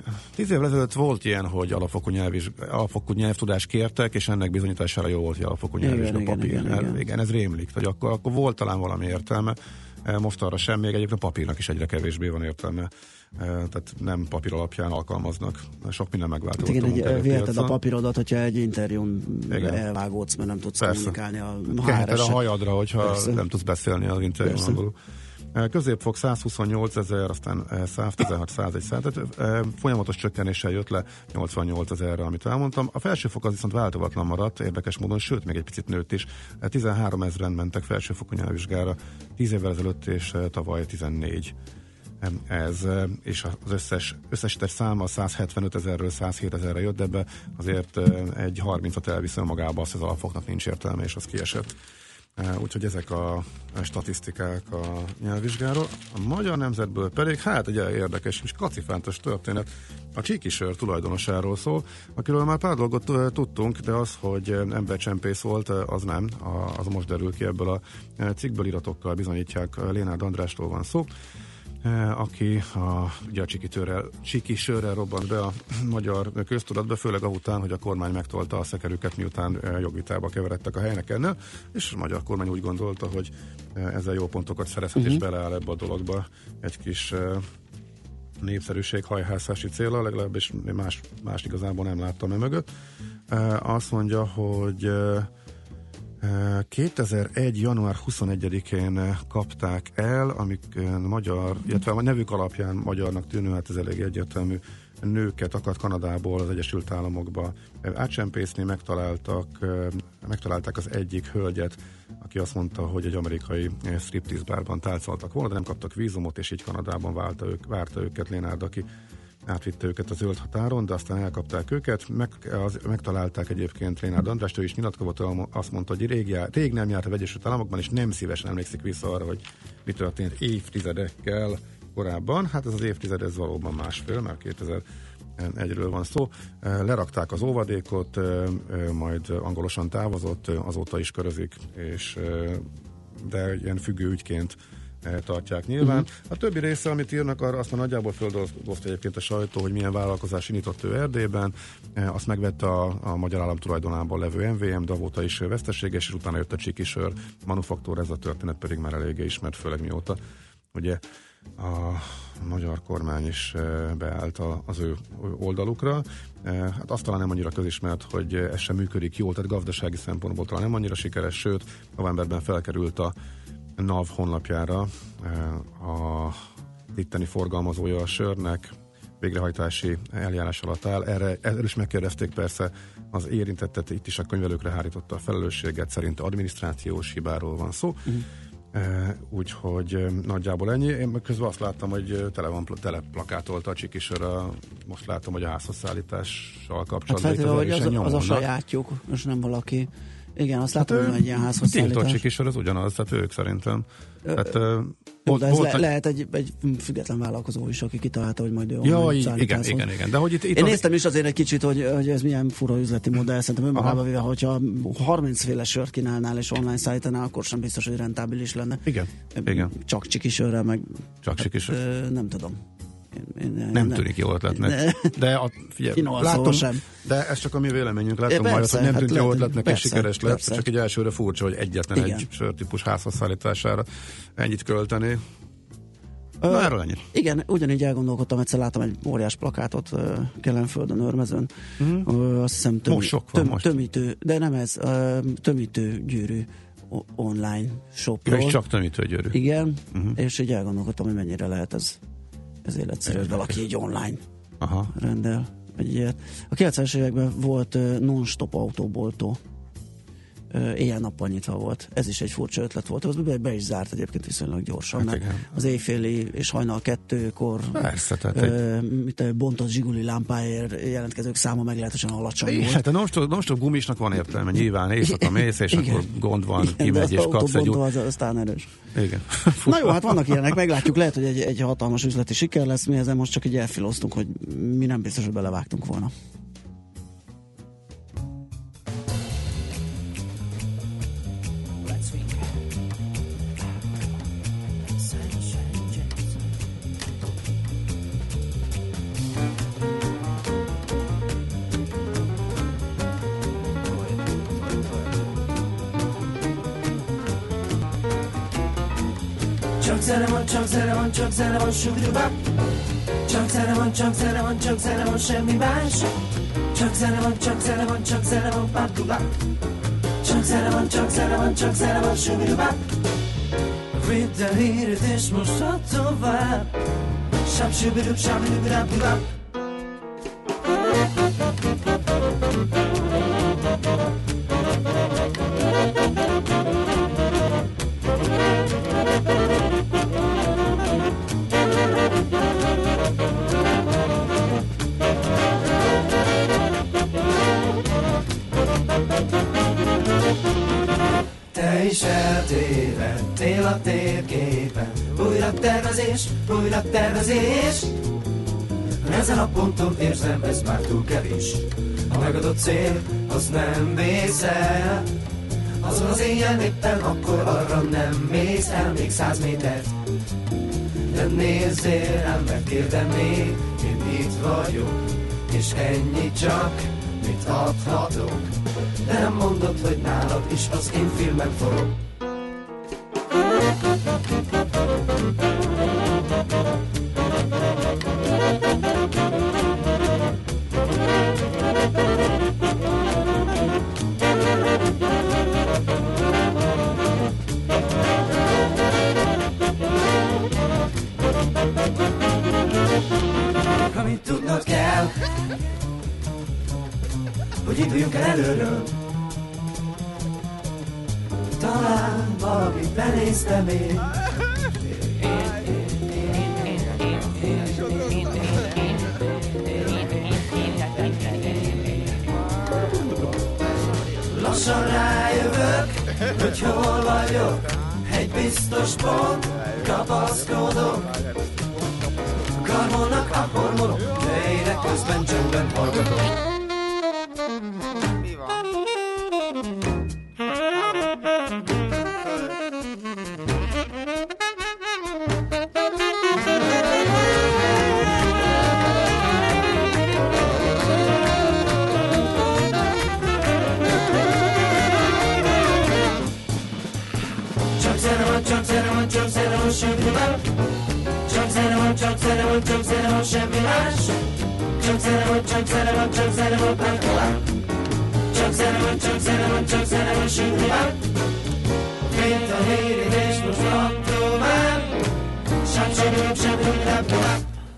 10 évvel ezelőtt volt ilyen, hogy alapfokú nyelvtudást kértek, és ennek bizonyítására jó volt, hogy alapfokú nyelvvizsga papír. Igen, ez rémlik, hogy akkor volt talán valami értelme. Most arra sem, még egyébként papírnak is egyre kevésbé van értelme. Tehát nem papír alapján alkalmaznak. Sok minden megváltozott. Igen, viheted a papírodat, hogyha egy interjún elvágódsz, mert nem tudsz kommunikálni a HR-sel. a hajadra, hogyha nem tudsz beszélni az interjún angolul. Középfok 128 000, aztán 116, 101, tehát folyamatos csökkenéssel jött le 88 000-re, amit elmondtam. A felsőfok az viszont változatlan maradt, érdekes módon, sőt, még egy picit nőtt is. 13 000-en mentek felsőfokú nyelvvizsgára 10 évvel ezelőtt, és tavaly 14. Ez, és az összesített száma 175 000-ről 107 000-re jött, de ebbe azért egy 30-at elviszem magába, azt az alapfoknak nincs értelme, és az kiesett. Úgyhogy ezek a statisztikák a nyelvvizsgáról. A Magyar Nemzetből pedig, hát egy érdekes és kacifántos történet a Csíkisör tulajdonosáról szól, akiről már pár dolgot tudtunk, de az, hogy embercsempész volt, az nem. Az most derül ki, ebből a cikkből, bizonyítják, Lénárd Andrásról van szó, aki ugye a Csíkisörrel robbant be a magyar köztudatba, főleg ahután, hogy a kormány megtolta a szekerüket, miután jogvitába keveredtek a helynekennel, és a magyar kormány úgy gondolta, hogy ezzel jó pontokat szerezhet, és beleáll ebbe a dologba egy kis népszerűség hajhászási célra, legalábbis más igazából nem láttam mögött. Azt mondja, hogy 2001. január 21-én kapták el, amik magyar, illetve a nevük alapján magyarnak tűnő, hát ez elég egyértelmű, nőket akart Kanadából az Egyesült Államokba átcsempészni, megtalálták az egyik hölgyet, aki azt mondta, hogy egy amerikai striptease bárban táncoltak volna, de nem kaptak vízumot, és így Kanadában várta őket Lénárd, aki átvitte őket a zöld határon, de aztán elkapták őket, megtalálták egyébként Lénárd Andrást, ő is nyilatkozott, azt mondta, hogy rég nem járt az Egyesült Államokban, és nem szívesen emlékszik vissza arra, hogy mi történt évtizedekkel korábban. Hát ez az évtized, ez valóban másfél, mert 2001-ről van szó. Lerakták az óvadékot, majd angolosan távozott, azóta is körözik, de ilyen függő ügyként tartják nyilván. A többi része, amit írnak, arra azt már nagyjából földolgozta egyébként a sajtó, hogy milyen vállalkozás indított ő Erdélyben, azt megvette a magyar állam tulajdonában levő MVM, de avóta is veszteséges, és utána jött a Csíkisör manufaktúra, ez a történet pedig már eléggé ismert, főleg mióta ugye a magyar kormány is beállt az ő oldalukra. Hát azt talán nem annyira közismert, hogy ez sem működik jól, tehát gazdasági szempontból talán nem annyira sikeres, sőt, novemberben felkerült a NAV honlapjára a itteni forgalmazója a sörnek, végrehajtási eljárás alatt áll. Erről is megkérdezték persze az érintettet, itt is a könyvelőkre hárította a felelősséget, szerint adminisztrációs hibáról van szó. Úgyhogy nagyjából ennyi. Én közben azt láttam, hogy teleplakátolta a Csíkisör, most látom, hogy a házhozszállítással kapcsolatban. Hát az a sajátjuk, most nem valaki. Igen, azt látom, hogy egy ilyen házhozszállítás. Tiltott Csíkisör az ugyanaz, tehát ők szerintem. De ez lehet egy független vállalkozó is, aki kitalálta, hogy majd ő igen. De hogy itt én néztem is azért egy kicsit, hogy ez milyen fura üzleti modell. Szerintem önmagában véve, hogyha 30 féle sört kínálnál és online szállítanál, akkor sem biztos, hogy rentábilis lenne. Igen. Csak Csíkisörrel, meg csak Csíkisör. Nem tudom. Nem tűnik jó ötletnek. De figyelj, látom, de ez csak a mi véleményünk. Látom majd, hogy nem tűnik jó ötletnek, és sikeres lett. Csak egy elsőre furcsa, hogy egyetlen egy sörtípus házhozszállítására ennyit költeni. Na, erről ennyit. Igen, ugyanígy elgondolkodtam, egyszer láttam egy óriás plakátot Kelenföldön, Örmezőn. Azt hiszem tömítő, de nem ez, tömítő gyűrű online shopról. És csak tömítő gyűrű. Igen, és így elgondolkodtam, hogy mennyire lehet ez életszerű, hogy valaki így online rendel egy ilyet. A 90-es években volt non-stop autóboltó. Éjjel-nappal nyitva volt. Ez is egy furcsa ötlet volt. Az be is zárt egyébként viszonylag gyorsan. Hát az éjféli és hajnal 2-kor bontott zsiguli lámpáért jelentkezők száma meglehetősen alacsony volt. Hát a non-stop gumisnak van értelme. Nyilván éjszaka mész, és akkor gond van, kimegy és kapsz egy aztán erős. Igen. Na jó, hát vannak ilyenek, meglátjuk, lehet, hogy egy hatalmas üzleti siker lesz, mi ezen most csak így elfiloztunk, hogy mi nem biztos, hogy belevágtunk volna. zene van, csak zene van, csak zene van, sugruba. Csak zene van, csak zene van, csak zene van, semmi más. Csak zene van, csak zene van, csak zene van, patuba. Csak zene van, csak zene van, csak zene van, sugruba. Vidd el híret és most add tovább. Sab-sugruba, sab-sugruba. Te is eltévedtél a térképen. Újra tervezés. Ezen a ponton érzem, ez már túl kevés. A megadott cél, az nem vész el. Azon az éjjel éppen akkor arra nem mész el még 100 métert. De nézzél rám, mert kérdem még, én itt vagyok, és ennyi csak, mit adhatok. De nem mondod, hogy nálad is az én filmem forog. Amit tudnod kell, hogy induljunk el előről. Talán valamit benéztem én. Lassan rájövök, hogy hol vagyok. Egy biztos pont, kapaszkodok. Karmolnak a hormonok, de ének közben csendben hallgatok. Csak zene van, semmi más. Csak zene van, csak zene van, csak zene van, pánkolá. Csak zene van, csak zene van, csak zene van, sugruba. Mint a hírid és most van tovább. Sab-sugruba, sab-sugruba.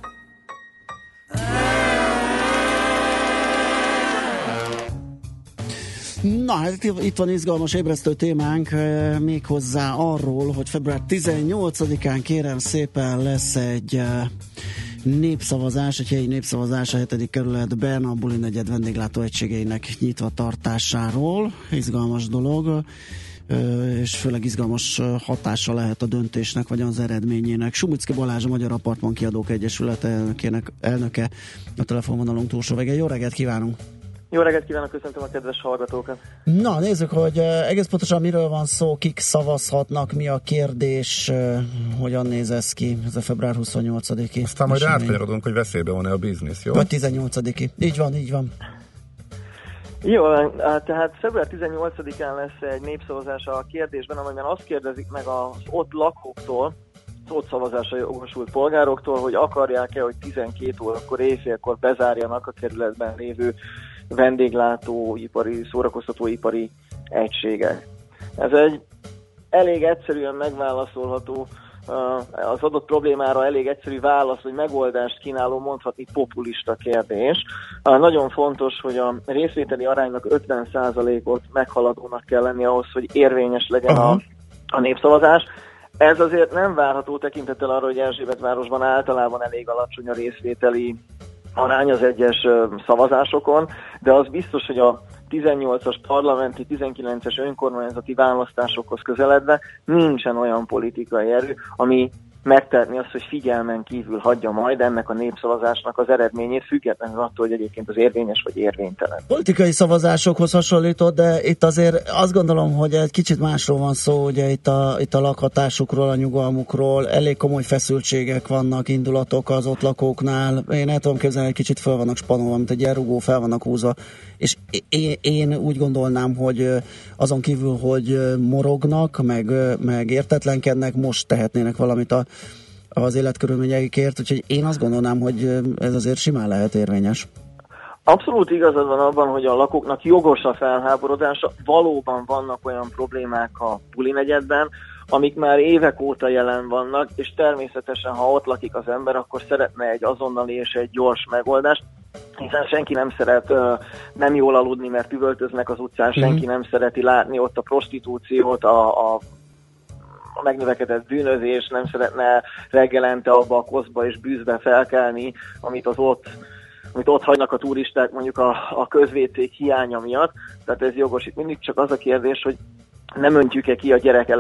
Na, hát itt van izgalmas ébresztő témánk, méghozzá arról, hogy február 18-án kérem szépen lesz egy népszavazás, egy helyi népszavazás a 7. kerületben a Buli negyed vendéglátóegységeinek nyitva tartásáról. Izgalmas dolog, és főleg izgalmas hatása lehet a döntésnek, vagy az eredményének. Sumicki Balázs, a Magyar Apartman Kiadók Egyesületének elnöke, a telefonvonalunk túlsó vége. Jó reggelt kívánunk! Jó reggelt kívánok, köszöntöm a kedves hallgatókat! Na, nézzük, hogy egész pontosan miről van szó, kik szavazhatnak, mi a kérdés, hogyan néz ez ki, ez a február 28-i. Aztán majd átkanyarodunk, hogy veszélybe van-e a biznisz, jó? Vagy 18-i. Így van, így van. Jó, tehát február 18-án lesz egy népszavazás a kérdésben, amelyben azt kérdezik meg az ott lakóktól, az ott szavazásra jogosult polgároktól, hogy akarják-e, hogy 12 órakor éjfélkor bezárjanak a kerületben lévő vendéglátóipari, szórakoztatóipari egységek. Ez egy elég egyszerűen megválaszolható, az adott problémára elég egyszerű válasz, hogy megoldást kínáló, mondhatni populista kérdés. Nagyon fontos, hogy a részvételi aránynak 50%-ot meghaladónak kell lenni ahhoz, hogy érvényes legyen a népszavazás. Ez azért nem várható tekintettel arra, hogy Erzsébetvárosban általában elég alacsony a részvételi arány az egyes szavazásokon, de az biztos, hogy a 18-as parlamenti, 19-es önkormányzati választásokhoz közeledve nincsen olyan politikai erő, ami megtehetni azt, hogy figyelmen kívül hagyja majd ennek a népszavazásnak az eredményét, függetlenül attól, hogy egyébként az érvényes vagy érvénytelen. Politikai szavazásokhoz hasonlított, de itt azért azt gondolom, hogy egy kicsit másról van szó, ugye itt a lakhatásukról, a nyugalmukról, elég komoly feszültségek vannak, indulatok az ott lakóknál. Én el tudom képzelni, egy kicsit fel vannak spanolva, mint egy ilyen rugó, fel vannak húzva, és én úgy gondolnám, hogy azon kívül, hogy morognak, meg értetlenkednek, most tehetnének valamit az életkörülményeikért, úgyhogy én azt gondolnám, hogy ez azért simán lehet érvényes. Abszolút igazad van abban, hogy a lakóknak jogos a felháborodása. Valóban vannak olyan problémák a Buli negyedben, amik már évek óta jelen vannak, és természetesen, ha ott lakik az ember, akkor szeretne egy azonnali és egy gyors megoldást, hiszen senki nem szeret nem jól aludni, mert üvöltöznek az utcán, senki nem szereti látni ott a prostitúciót, a megnövekedett bűnözés, nem szeretne reggelente abba a koszba és bűzbe felkelni, amit ott hagynak a turisták mondjuk a közvécék hiánya miatt. Tehát ez jogos. Itt mindig csak az a kérdés, hogy nem öntjük-e ki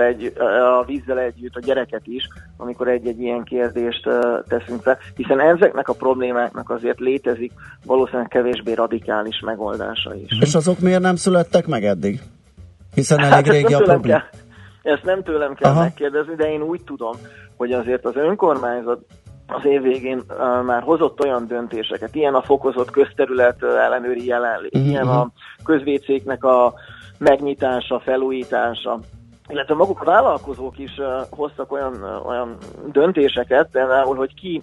a vízzel együtt a gyereket is, amikor egy ilyen kérdést teszünk fel, hiszen ezeknek a problémáknak azért létezik valószínűleg kevésbé radikális megoldása is. És azok miért nem születtek meg eddig? Hiszen elég régi a probléma. Ezt nem tőlem kell megkérdezni, de én úgy tudom, hogy azért az önkormányzat az év végén már hozott olyan döntéseket, ilyen a fokozott közterület ellenőri jelenlét, ilyen a közvécéknek a megnyitása, felújítása, illetve maguk a vállalkozók is hoztak olyan döntéseket, például,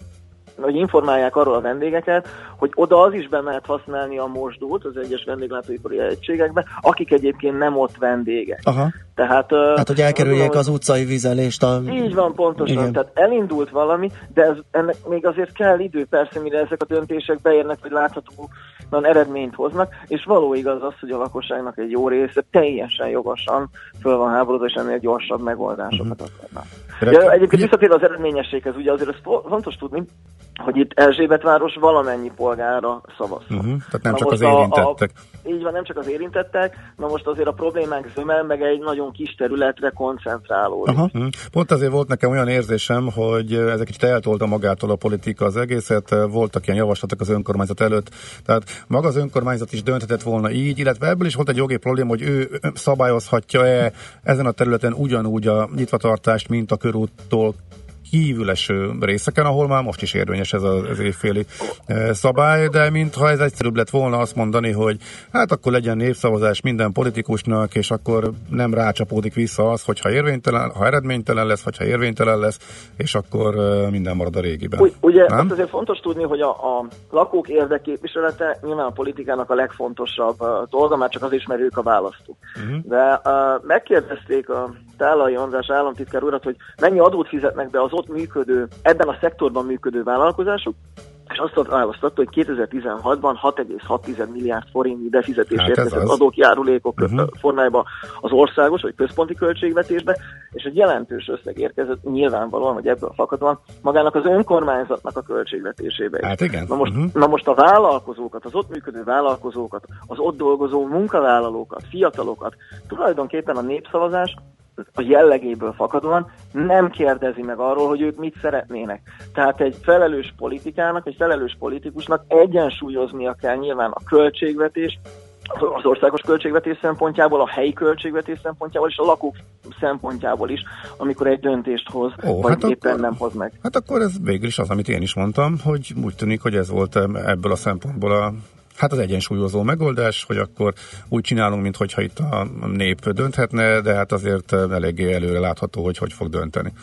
hogy informálják arról a vendégeket, hogy oda az is be lehet használni a mosdót az egyes vendéglátóipari egységekbe, akik egyébként nem ott vendégek. Aha. Tehát, hogy elkerüljék az utcai vizelést. Így van, pontosan. Igen. Tehát elindult valami, de ennek még azért kell idő, persze, mire ezek a döntések beérnek, hogy láthatóan eredményt hoznak, és való igaz az, hogy a lakosságnak egy jó része teljesen jogosan föl van háborodva, és ennél gyorsabb megoldásokat akarnak. Egyébként visszatérve az eredményességhez, ugye azért ez fontos tudni, hogy itt Erzsébetváros valamennyi polgára szavazhat. Tehát nem csak az érintettek. Így van, nem csak az érintettek, na most azért a problémák zöme meg egy nagyon kis területre koncentrálódik. Pont azért volt nekem olyan érzésem, hogy ez egy kicsit eltolta magától a politika az egészet, voltak ilyen javaslatok az önkormányzat előtt, tehát maga az önkormányzat is dönthetett volna így, illetve ebből is volt egy jogi probléma, hogy ő szabályozhatja-e ezen a területen ugyanúgy a nyitvatartást, mint a körúttól kívül eső részeken, ahol már most is érvényes ez az évféli szabály, de mintha ez egyszerűbb lett volna azt mondani, hogy hát akkor legyen népszavazás minden politikusnak, és akkor nem rácsapódik vissza az, hogyha érvénytelen, ha eredménytelen lesz, vagy ha érvénytelen lesz, és akkor minden marad a régiben. Ugye azt azért fontos tudni, hogy a lakók érdekképviselete nyilván a politikának a legfontosabb dolga, már csak azért, mert ők a választók. De megkérdezték a Tálai András államtitkár urat, hogy mennyi adót fizetnek be az ott működő, ebben a szektorban működő vállalkozások, és azt választotta, hogy 2016-ban 6,6 milliárd forintnyi befizetés érkezett adók, járulékok formájában az országos vagy központi költségvetésbe, és egy jelentős összeg érkezett nyilvánvalóan, hogy ebből fakadóan magának az önkormányzatnak a költségvetésébe is. Hát igen. Na most a vállalkozókat, az ott működő vállalkozókat, az ott dolgozó munkavállalókat, fiatalokat, tulajdonképpen a népszavazás a jellegéből fakadóan nem kérdezi meg arról, hogy ők mit szeretnének. Tehát egy felelős politikának, egy felelős politikusnak egyensúlyoznia kell nyilván a költségvetés, az országos költségvetés szempontjából, a helyi költségvetés szempontjából és a lakók szempontjából is, amikor egy döntést hoz, vagy éppen nem hoz meg. Hát akkor ez végül is az, amit én is mondtam, hogy úgy tűnik, hogy ez volt ebből a szempontból az egyensúlyozó megoldás, hogy akkor úgy csinálunk, mintha itt a nép dönthetne, de hát azért eléggé előre látható, hogy fog dönteni.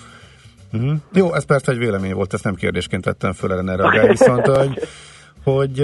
Jó, ez persze egy vélemény volt, ezt nem kérdésként tettem föl erre, viszont hogy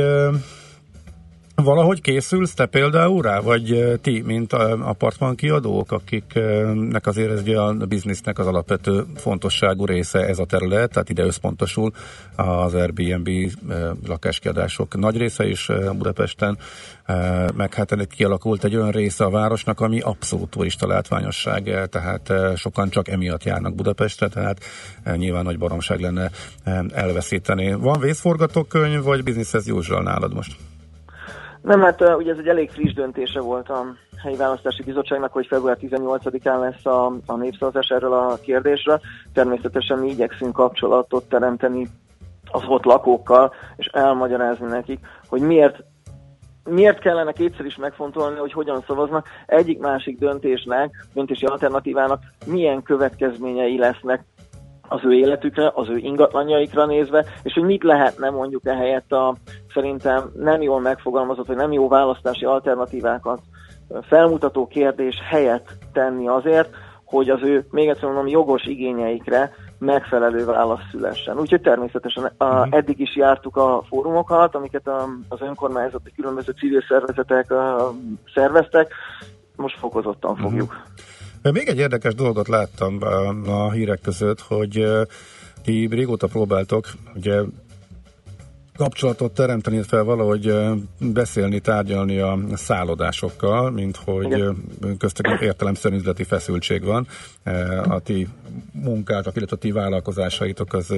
valahogy készülsz te például rá, vagy ti, mint apartman kiadók, akiknek azért ez a biznisznek az alapvető fontosságú része ez a terület, tehát ide összpontosul az Airbnb lakáskiadások nagy része is Budapesten, meg hát ennek kialakult egy olyan része a városnak, ami abszolút turista látványosság, tehát sokan csak emiatt járnak Budapestre, tehát nyilván nagy baromság lenne elveszíteni. Van vészforgatókönyv, vagy business as usual nálad most? Nem, hát ugye ez egy elég friss döntése volt a helyi választási bizottságnak, hogy február 18-án lesz a népszavazás erről a kérdésről. Természetesen mi igyekszünk kapcsolatot teremteni az ott lakókkal, és elmagyarázni nekik, hogy miért kellene kétszer is megfontolni, hogy hogyan szavaznak, egyik-másik döntési alternatívának milyen következményei lesznek az ő életükre, az ő ingatlanjaikra nézve, és hogy mit lehetne mondjuk ehelyett a szerintem nem jól megfogalmazott, vagy nem jó választási alternatívákat felmutató kérdés helyett tenni azért, hogy az ő, még egyszer mondom, jogos igényeikre megfelelő válasz szülessen. Úgyhogy természetesen eddig is jártuk a fórumokat, amiket az önkormányzati különböző civil szervezetek szerveztek, most fokozottan fogjuk. Még egy érdekes dolgot láttam a hírek között, hogy ti régóta próbáltok ugye kapcsolatot teremteni, fel valahogy beszélni, tárgyalni a szállodásokkal, mint hogy köztük értelemszerűen üzleti feszültség van. A ti munkátok, illetve a ti vállalkozásaitok az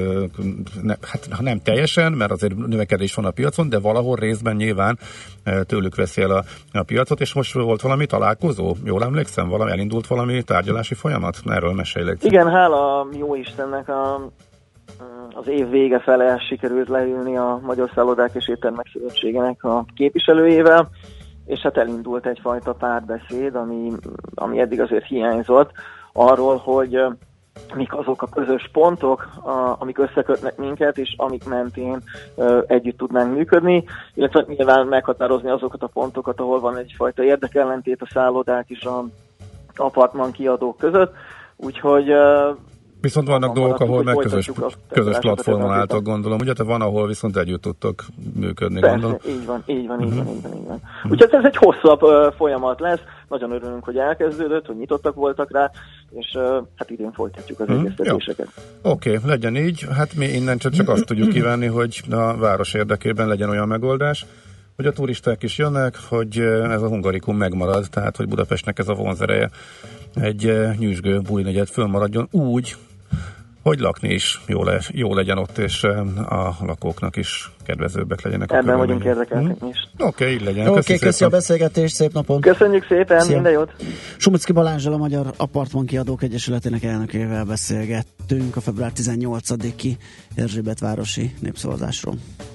nem teljesen, mert azért növekedés van a piacon, de valahol részben nyilván tőlük veszi el a piacot, és most volt valami találkozó? Jól emlékszem? Elindult valami tárgyalási folyamat? Erről mesélj. Igen, hála jó Istennek az év vége fele sikerült leülni a Magyar Szállodák és Éttermek Szövetségének a képviselőjével, és hát elindult egyfajta párbeszéd, ami eddig azért hiányzott, arról, hogy mik azok a közös pontok, amik összekötnek minket, és amik mentén együtt tudnánk működni, illetve nyilván meghatározni azokat a pontokat, ahol van egyfajta érdekellentét a szállodák és az apartman kiadók között, úgyhogy viszont vannak dolgok, ahol meg közös platformon álltok, gondolom. Ugye, van, ahol viszont együtt tudtok működni, persze, gondolom. Így van. Úgyhogy ez egy hosszabb folyamat lesz. Nagyon örülünk, hogy elkezdődött, hogy nyitottak voltak rá, és hát idén folytatjuk az egyeztetéseket. Oké, legyen így. Hát mi innen csak azt tudjuk kívánni, hogy a város érdekében legyen olyan megoldás, hogy a turisták is jönnek, hogy ez a Hungarikum megmarad, tehát hogy Budapestnek ez a vonzereje egy nyüzsgő bulinegyed fölmaradjon úgy, hogy lakni is jó legyen ott, és a lakóknak is kedvezőbbek legyenek. Ebben vagyunk érdekeltek is. Oké, így legyen. Oké, köszi a beszélgetést, szép napot! Köszönjük szépen, szia. Minden jót! Sumicki Balázsral, a Magyar Apartman Kiadók Egyesületének elnökével beszélgettünk a február 18-i Erzsébetvárosi népszavazásról.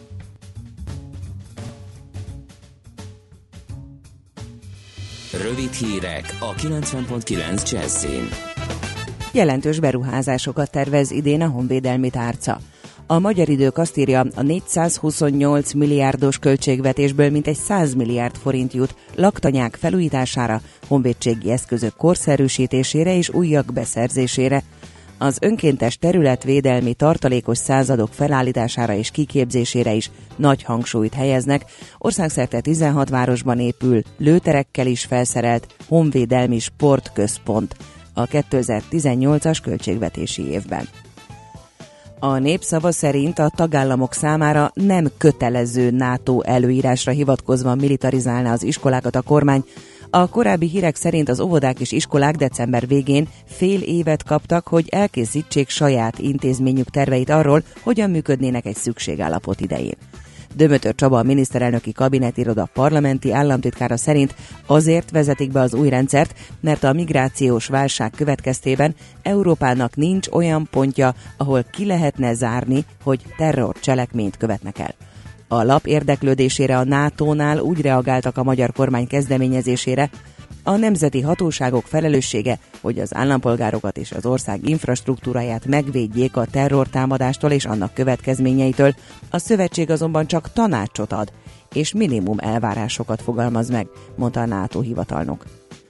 Rövid hírek a 90.9 Jazzin. Jelentős beruházásokat tervez idén a honvédelmi tárca. A Magyar Idők azt írja, a 428 milliárdos költségvetésből mintegy 100 milliárd forint jut laktanyák felújítására, honvédségi eszközök korszerűsítésére és újak beszerzésére. Az önkéntes területvédelmi tartalékos századok felállítására és kiképzésére is nagy hangsúlyt helyeznek. Országszerte 16 városban épül lőterekkel is felszerelt honvédelmi sportközpont a 2018-as költségvetési évben. A Népszava szerint a tagállamok számára nem kötelező NATO előírásra hivatkozva militarizálná az iskolákat a kormány. A korábbi hírek szerint az óvodák és iskolák december végén fél évet kaptak, hogy elkészítsék saját intézményük terveit arról, hogyan működnének egy szükségállapot idején. Dömötör Csaba, a miniszterelnöki kabinetiroda parlamenti államtitkára szerint azért vezetik be az új rendszert, mert a migrációs válság következtében Európának nincs olyan pontja, ahol ki lehetne zárni, hogy terrorcselekményt követnek el. A lap érdeklődésére a NATO-nál úgy reagáltak a magyar kormány kezdeményezésére, a nemzeti hatóságok felelőssége, hogy az állampolgárokat és az ország infrastruktúráját megvédjék a terrortámadástól és annak következményeitől, a szövetség azonban csak tanácsot ad, és minimum elvárásokat fogalmaz meg, mondta a NATO hivatalnok.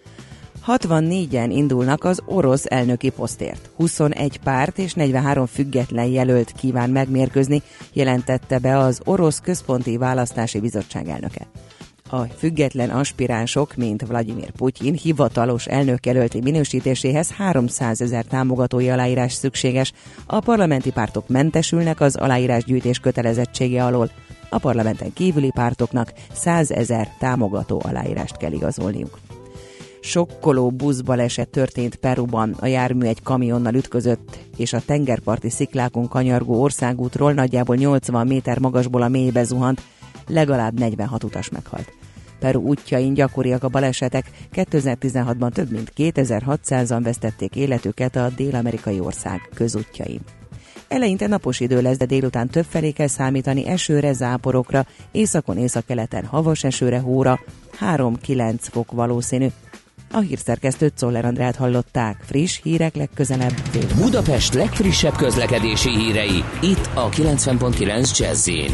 64-en indulnak az orosz elnöki posztért. 21 párt és 43 független jelölt kíván megmérkőzni, jelentette be az Orosz Központi Választási Bizottság elnöke. A független aspiránsok, mint Vladimir Putyin hivatalos elnökjelölti minősítéséhez 300 000 támogatói aláírás szükséges. A parlamenti pártok mentesülnek az aláírásgyűjtés kötelezettsége alól. A parlamenten kívüli pártoknak 100 000 támogató aláírást kell igazolniuk. Sokkoló buszbaleset történt Peruban. A jármű egy kamionnal ütközött, és a tengerparti sziklákon kanyargó országútról nagyjából 80 méter magasból a mélybe zuhant, legalább 46 utas meghalt. Peru útjain gyakoriak a balesetek. 2016-ban több mint 2600-an vesztették életüket a dél-amerikai ország közútjain. Eleinte napos idő lesz, de délután többfelé kell számítani esőre, záporokra, északon, északkeleten havas esőre, hóra, 3-9 fok valószínű. A hírszerkesztőt, Czoller Andrát hallották. Friss hírek legközelebb. Budapest legfrissebb közlekedési hírei, itt a 90.9 Jazz-in.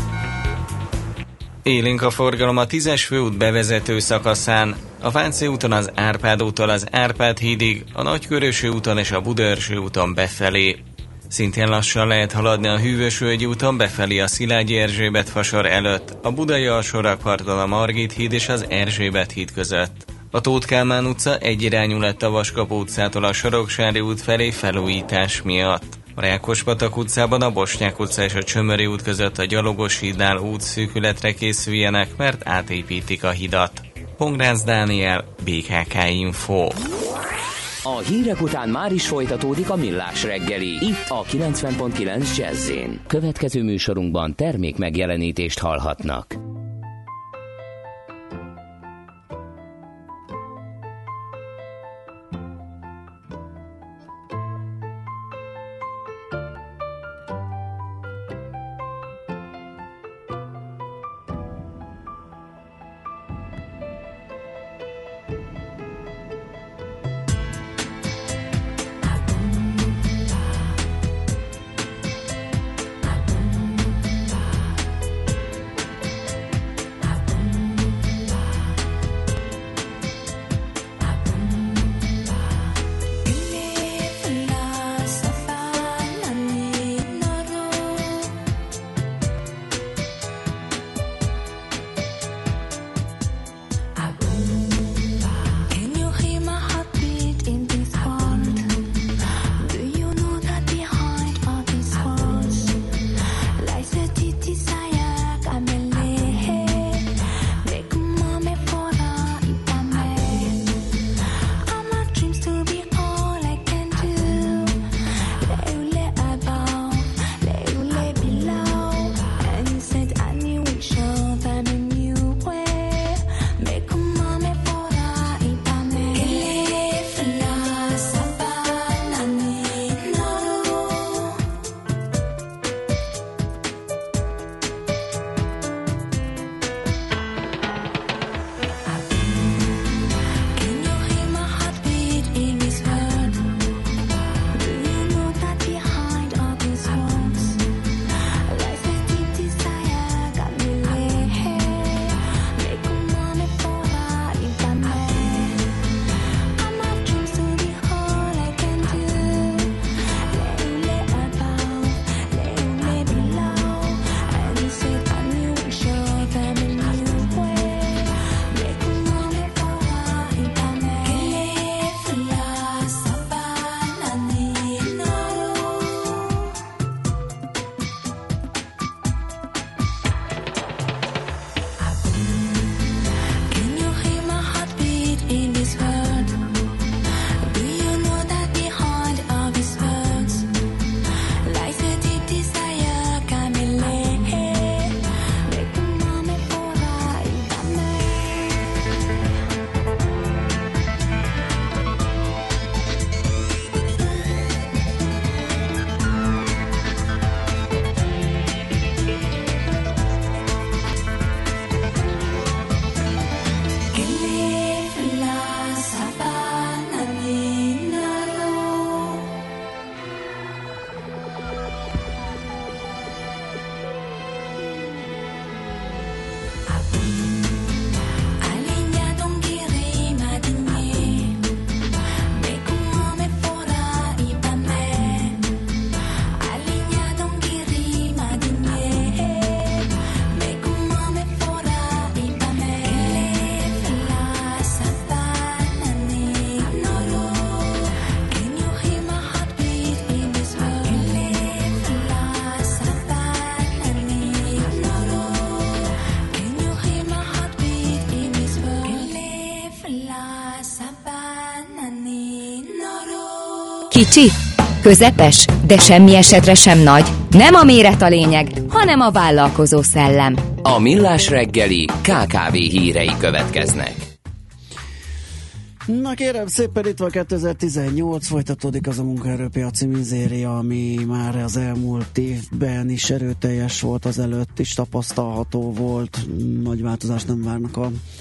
Élénk a forgalom a 10-es főút bevezető szakaszán, a Váci úton az Árpád úttól az Árpád hídig, a Nagykörösi úton és a Budaörső úton befelé. Szintén lassan lehet haladni a Hűvösvölgyi úton befelé a Szilágyi Erzsébet fasor előtt, a Budai alsórakparton a Margit híd és az Erzsébet híd között. A Tóth Kálmán utca egyirányú lett a Vaskapó utcától a Soroksári út felé felújítás miatt. A Rákospatak utcában a Bosnyák utca és a Csömöri út között a Gyalogos hídnál útszűkületre készüljenek, mert átépítik a hidat. Pongrácz Dániel, BKK Info. A hírek után már is folytatódik a Millás reggeli, itt a 90.9 Jazz-in. Következő műsorunkban termék megjelenítést hallhatnak. Kicsi, Közepes, de semmi esetre sem nagy. Nem a méret a lényeg, hanem a vállalkozó szellem. A Millás reggeli KKV hírei következnek. Na kérem szépen, itt van 2018, folytatódik az a munkaerőpiaci mizéria, ami már az elmúlt évben is erőteljes volt, az előtt is tapasztalható volt, nagy változást nem várnak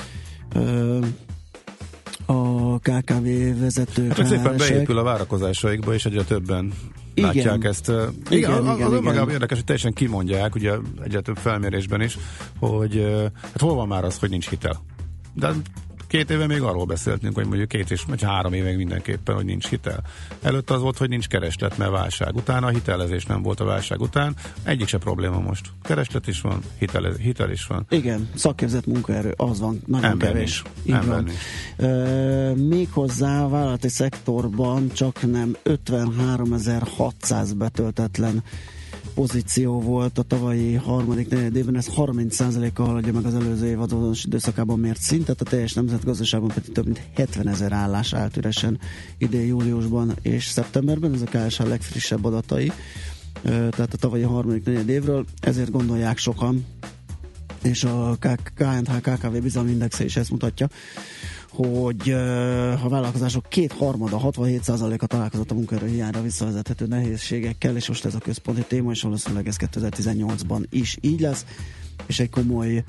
a KKV vezetők. Hát szépen beépül a várakozásaikba, és egyre többen látják ezt. Igen, az önmagában érdekes, hogy teljesen kimondják, ugye egyre több felmérésben is, hogy hát hol van már az, hogy nincs hitel. De 2 éve még arról beszéltünk, hogy mondjuk 2 vagy 3 éve mindenképpen, hogy nincs hitel. Előtte az volt, hogy nincs kereslet, mert válság. Utána a hitelezés nem volt a válság után. Egyik se probléma most. Kereslet is van, hitel is van. Igen, szakképzett munkaerő, az van, nagyon ember kevés. Méghozzá a vállalati szektorban csak nem 53.600 betöltetlen pozíció volt a tavalyi harmadik negyedében, ez 30%-kal haladja meg az előző év azonos időszakában mért szintet, a teljes nemzetgazdaságban pedig több mint 70.000 állás állt üresen idén júliusban és szeptemberben, ez a KSH legfrissebb adatai, tehát a tavalyi harmadik negyed évről, ezért gondolják sokan, és a KNH KKV bizalmi indexe is ezt mutatja, hogy a vállalkozások 2/3, 67%-a találkozott a munkaerőhiányra visszavezethető nehézségekkel, és most ez a központi téma, és valószínűleg ez 2018-ban is így lesz, és egy komoly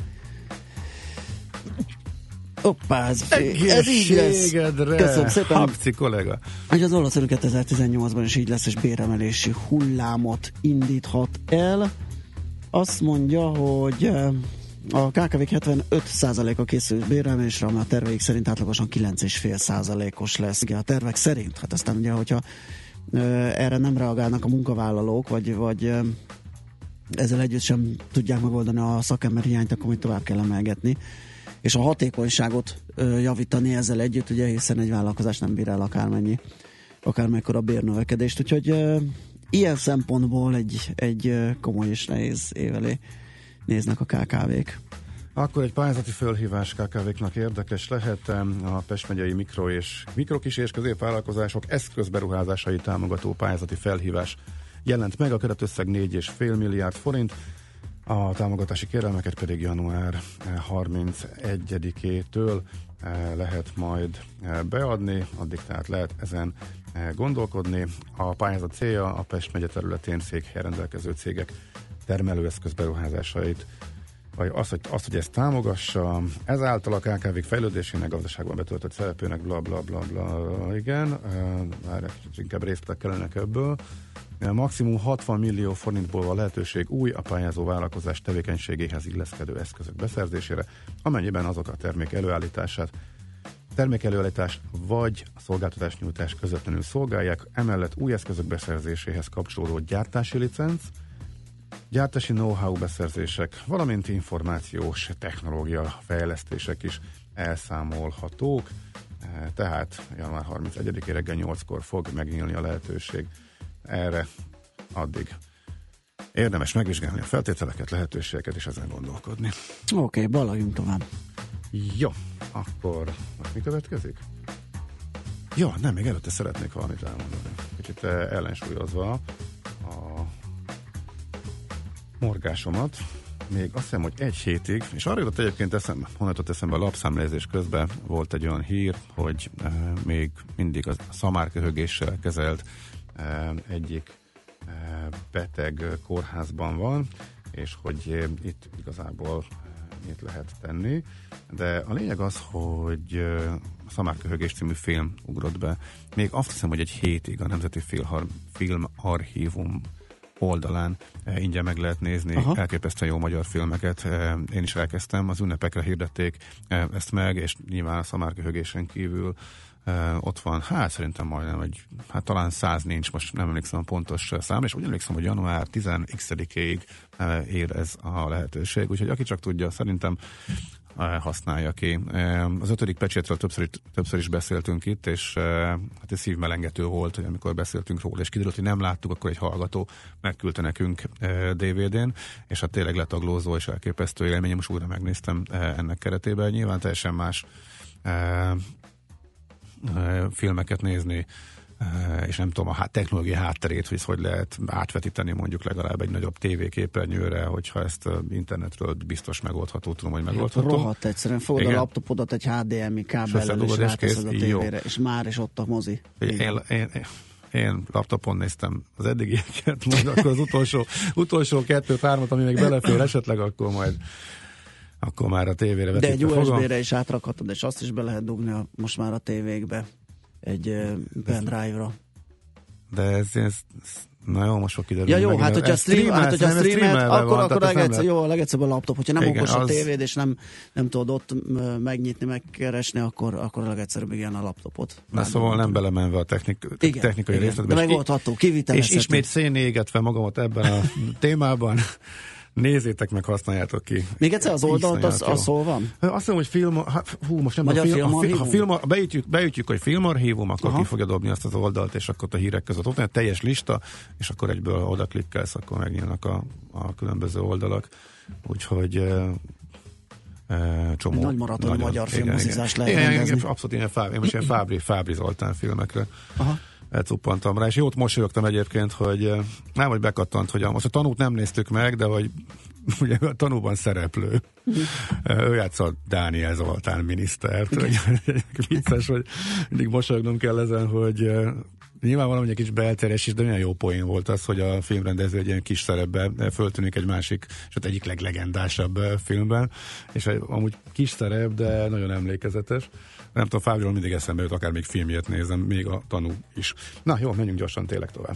ez így lesz. Köszönöm szépen. Habci kollega. És az valószínűleg 2018-ban is így lesz, és béremelési hullámot indíthat el. Azt mondja, hogy a KKV-k 75%-a készül béremelésre, ami a terveik szerint átlagosan 9,5%-os lesz. Igen, a tervek szerint. Hát aztán ugye, hogyha erre nem reagálnak a munkavállalók, vagy ezzel együtt sem tudják megoldani a szakember hiányt, akkor még tovább kell emelgetni. És a hatékonyságot javítani ezzel együtt, ugye, hiszen egy vállalkozás nem bír el akármekkora bérnövekedést. Úgyhogy ilyen szempontból egy komoly és nehéz év elé néznek a KKV-k. Akkor egy pályázati fölhívás KKV-knak érdekes lehet. A Pest megyei mikro, kis és középvállalkozások eszközberuházásai támogató pályázati felhívás jelent meg, a keretösszeg 4,5 milliárd forint, a támogatási kérelmeket pedig január 31-től lehet majd beadni, addig tehát lehet ezen gondolkodni. A pályázat célja a Pest megye területén székhelyen rendelkező cégek termelőeszköz beruházásait, vagy azt, hogy ezt támogassa, ezáltal a KKV-k fejlődésének, gazdaságban betöltött szerepének, bla bla bla bla, igen, inkább részletek kellenek ebből. Maximum 60 millió forintból van lehetőség új a pályázó vállalkozás tevékenységéhez illeszkedő eszközök beszerzésére, amennyiben azok a termékelőállítás vagy a szolgáltatásnyújtás közvetlenül szolgálják, emellett új eszközök beszerzéséhez kapcsolódó gyártási licenc, gyártási know-how beszerzések, valamint információs technológia fejlesztések is elszámolhatók, tehát január 31-i reggel 8-kor fog megnyílni a lehetőség erre, addig érdemes megvizsgálni a feltételeket, lehetőségeket és ezen gondolkodni. Oké, balagjunk tovább. Jó, akkor mi következik? Jó, nem, még előtte szeretnék valamit elmondani. Kicsit ellensúlyozva a morgásomat, még azt hiszem, hogy 1 hétig, és arra jutott egyébként eszembe a lapszámnézés közben volt egy olyan hír, hogy még mindig a szamárköhögéssel kezelt egyik beteg kórházban van, és hogy itt igazából mit lehet tenni. De a lényeg az, hogy Szamárköhögés című film ugrott be. Még azt hiszem, hogy 1 hétig a Nemzeti Filmarchívum oldalán ingyen meg lehet nézni. Aha. Elképesztően jó magyar filmeket. Én is elkezdtem, az ünnepekre hirdették ezt meg, és nyilván a Szamárköhögésen kívül ott van, szerintem majdnem talán 100 nincs, most nem emlékszem a pontos szám, és úgy emlékszem, hogy január 10-ig ér ez a lehetőség, úgyhogy aki csak tudja, szerintem használja ki. Az 5. pecsétről többször is beszéltünk itt, és hát ez szívmelengető volt, hogy amikor beszéltünk róla, és kiderült, hogy nem láttuk, akkor egy hallgató megküldte nekünk DVD-n, és hát tényleg letaglózó és elképesztő élmény, most újra megnéztem ennek keretében. Nyilván teljesen más filmeket nézni és nem tudom, a technológiai hátterét, hogy lehet átvetíteni mondjuk legalább egy nagyobb tévéképernyőre, hogyha ezt internetről biztos megoldható, tudom, hogy megoldható. Rohadt egyszerűen, fogod a laptopodat egy HDMI kábellel, és ráteszed a tévére, és már is ott a mozi. Én laptopon néztem az eddigieket, majd akkor az utolsó 2-3-at, ami még belefér esetleg, akkor már a tévére vetítve fogom. De egy USB-re is átrakhatod, és azt is be lehet dugni most már a tévékbe, egy pendrive-ra. De ez na jó, most fog kiderülni. Ja jó, hát hogyha streamet, akkor a legegyszerűbb a laptop. Hogyha nem okos a tévéd, és nem tudod ott megnyitni, megkeresni, akkor a legegyszerűbb igen a laptopot. Na szóval nem belemenve a technikai részletbe. De megoldható, kivitelezhető. És ismét szénégetve magamat ebben a témában. Nézzétek meg, használjátok ki. Még egyszer az oldalt, az hol van? Azt mondom, hogy most nem ha beütjük, hogy filmarchívum, akkor ki fogja dobni azt az oldalt, és akkor a hírek között ott van egy teljes lista, és akkor egyből oda klikkelsz, akkor megnyílnak a különböző oldalak. Úgyhogy csomó. Nagy maraton magyar filmozizás lehet rendezni. Abszolút én most ilyen Fábri Zoltán filmekre elcuppantam rá, és jót mosolyogtam egyébként, hogy nem, hogy bekattant, hogy most a Tanút nem néztük meg, de hogy ugye a Tanúban szereplő. Ő játszott Dániel Zoltán minisztert. Vicces, hogy mindig mosolyognom kell ezen, hogy nyilván valami egy kis belterjes is, de milyen jó poén volt az, hogy a filmrendező egy ilyen kis szerepben föltűnik egy másik, és egyik leglegendásabb filmben, és amúgy kis szerep, de nagyon emlékezetes. Nem tudom, Fábriról mindig eszembe jut, akár még filmjét nézem, még a Tanú is. Na jó, menjünk gyorsan tényleg tovább.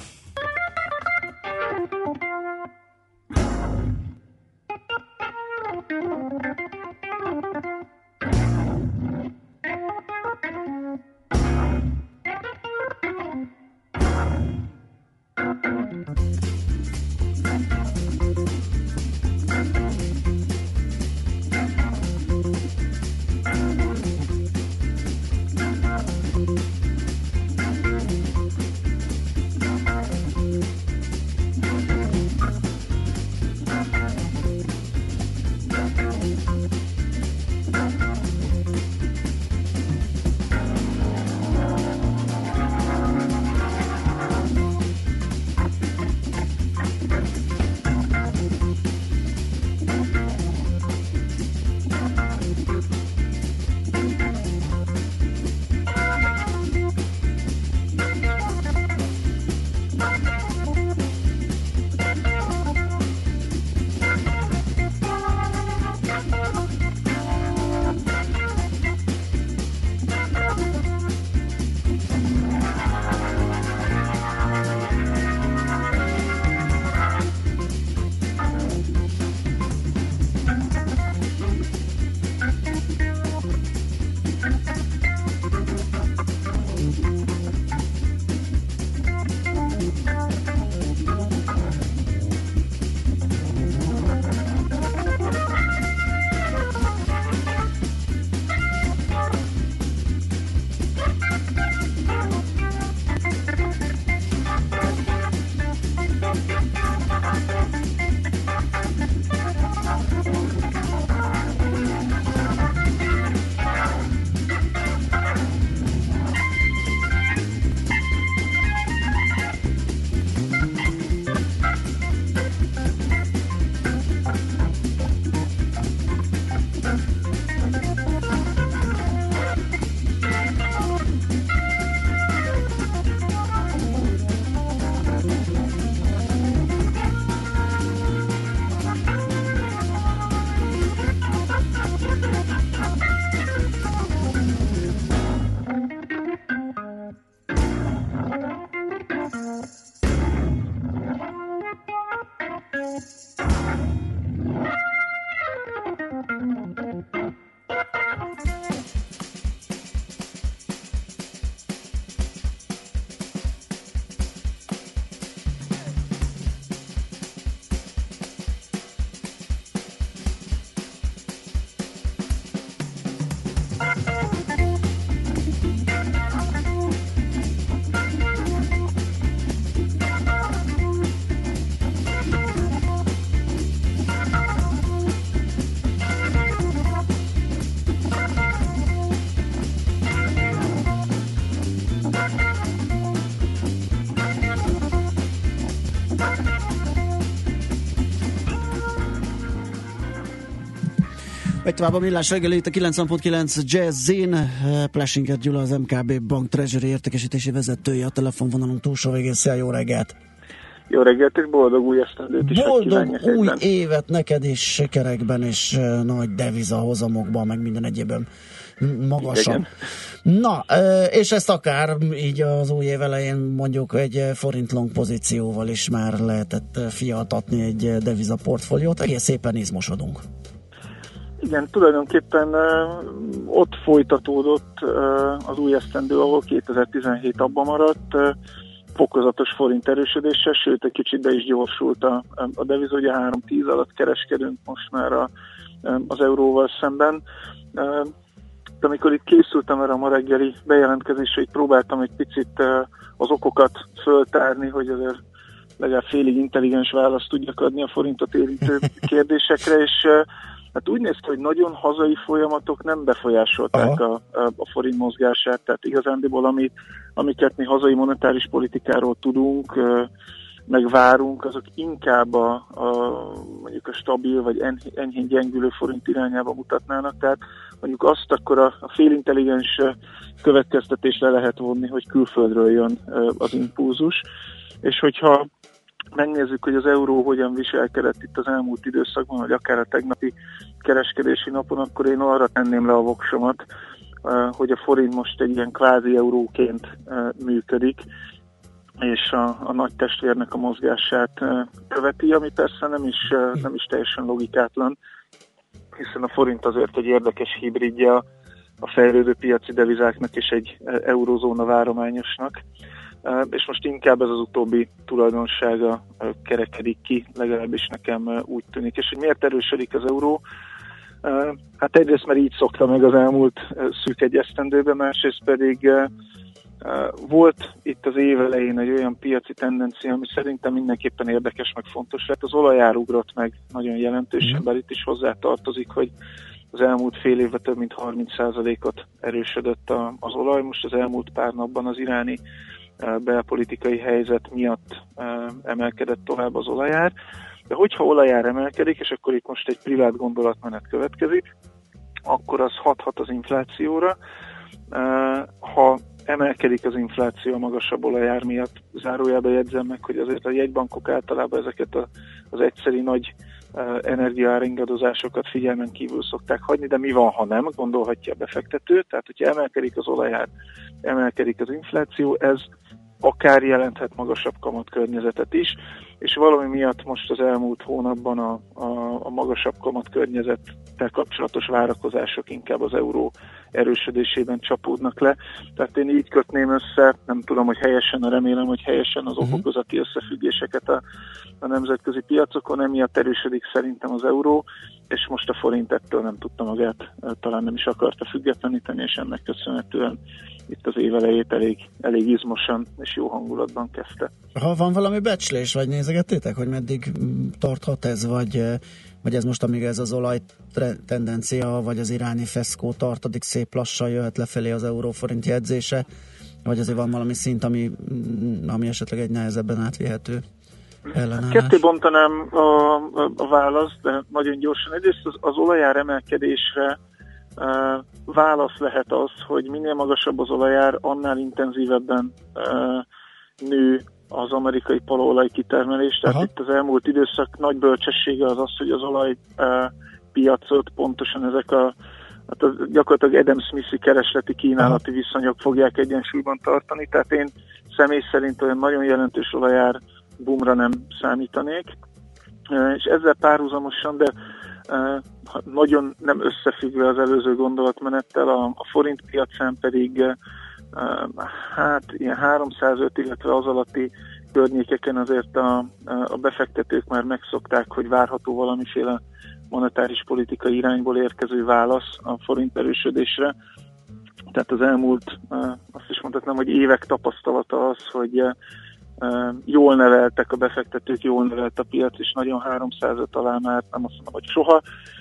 Megy tovább a Millás reggeli itt a 90.9 Jazzin. Pleshinket Gyula, az MKB Bank Treasury értékesítési vezetője a telefonvonalunk túlsó végén. Szia, jó reggelt! Jó reggelt, és boldog új esztendőt is! Boldog új évet neked is, sikerekben és nagy devizahozamokban, meg minden egyébben magasabb. Igen. Na, és ezt akár így az új év elején mondjuk egy forint long pozícióval is már lehetett fialtatni egy deviza portfóliót, egész szépen izmosodunk. Igen, tulajdonképpen ott folytatódott az új esztendő, ahol 2017 abban maradt, fokozatos forint erősödéssel, sőt egy kicsit be is gyorsult a deviza, ugye 3.10 alatt kereskedünk most már az euróval szemben. De amikor itt készültem erre a ma reggeli bejelentkezésre, így próbáltam egy picit az okokat föltárni, hogy azért legalább félig intelligens választ tudjak adni a forintot érintő kérdésekre, és hát úgy néz ki, hogy nagyon hazai folyamatok nem befolyásolták a forint mozgását, tehát igazándiból amiket mi hazai monetáris politikáról tudunk, meg várunk, azok inkább mondjuk a stabil vagy enyhén gyengülő forint irányába mutatnának, tehát mondjuk azt akkor a félintelligens következtetés le lehet vonni, hogy külföldről jön az impulzus, és hogyha megnézzük, hogy az euró hogyan viselkedett itt az elmúlt időszakban, vagy akár a tegnapi kereskedési napon, akkor én arra tenném le a voksomat, hogy a forint most egy ilyen kvázi euróként működik, és a nagy testvérnek a mozgását követi, ami persze nem is teljesen logikátlan, hiszen a forint azért egy érdekes hibridje a fejlődő piaci devizáknak és egy eurózóna várományosnak, és most inkább ez az utóbbi tulajdonsága kerekedik ki, legalábbis nekem úgy tűnik. És hogy miért erősödik az euró? Hát egyrészt, mert így szokta meg az elmúlt szűk egy esztendőben, másrészt pedig volt itt az év elején egy olyan piaci tendencia, ami szerintem mindenképpen érdekes, meg fontos lett. Az olajár ugrott meg nagyon jelentősen, bár itt is hozzá tartozik, hogy az elmúlt fél évben több mint 30%-ot erősödött az olaj. Most az elmúlt pár napban az iráni belpolitikai helyzet miatt emelkedett tovább az olajár. De hogyha olajár emelkedik, és akkor itt most egy privát gondolatmenet következik, akkor az hathat az inflációra. Ha emelkedik az infláció a magasabb olajár miatt, zárójelbe jegyzem meg, hogy azért a jegybankok általában ezeket az egyszeri nagy energiaáringadozásokat figyelmen kívül szokták hagyni, de mi van, ha nem, gondolhatja a befektető. Tehát, hogyha emelkedik az olajár, emelkedik az infláció, ez akár jelenthet magasabb kamatkörnyezetet is, és valami miatt most az elmúlt hónapban a magasabb kamatkörnyezettel kapcsolatos várakozások inkább az euró erősödésében csapódnak le. Tehát én így kötném össze, nem tudom, hogy helyesen, remélem, hogy helyesen az okokozati összefüggéseket a nemzetközi piacokon, emiatt erősödik szerintem az euró, és most a forint ettől nem tudta magát, talán nem is akarta függetleníteni, és ennek köszönhetően itt az év elejét elég izmosan és jó hangulatban kezdte. Ha van valami becslés, vagy nézegettétek, hogy meddig tarthat ez, vagy ez most, amíg ez az olaj tendencia, vagy az iráni feszkó tart, addig szép lassan jöhet lefelé az euróforint jegyzése, vagy azért van valami szint, ami esetleg egy nehezebben átvihető ellenállás? Ketté bontanám a választ, de nagyon gyorsan. Egyrészt az olajár emelkedésre válasz lehet az, hogy minél magasabb az olajár, annál intenzívebben nő az amerikai paloolaj kitermelés. Tehát itt az elmúlt időszak nagy bölcsessége az, hogy az olajpiacot pontosan ezek gyakorlatilag Adam Smith-i keresleti kínálati viszonyok fogják egyensúlyban tartani. Tehát én személy szerint olyan nagyon jelentős olajár boomra nem számítanék. És ezzel párhuzamosan, de nagyon nem összefüggve az előző gondolatmenettel, a forint piacán pedig hát ilyen 305, illetve az alatti környékeken azért a befektetők már megszokták, hogy várható valamiféle monetáris politikai irányból érkező válasz a forint erősödésre. Tehát az elmúlt, azt is mondhatnám, hogy évek tapasztalata az, hogy jól neveltek a befektetők, jól nevelt a piac, és nagyon 305 alá már nem azt mondom, hogy soha,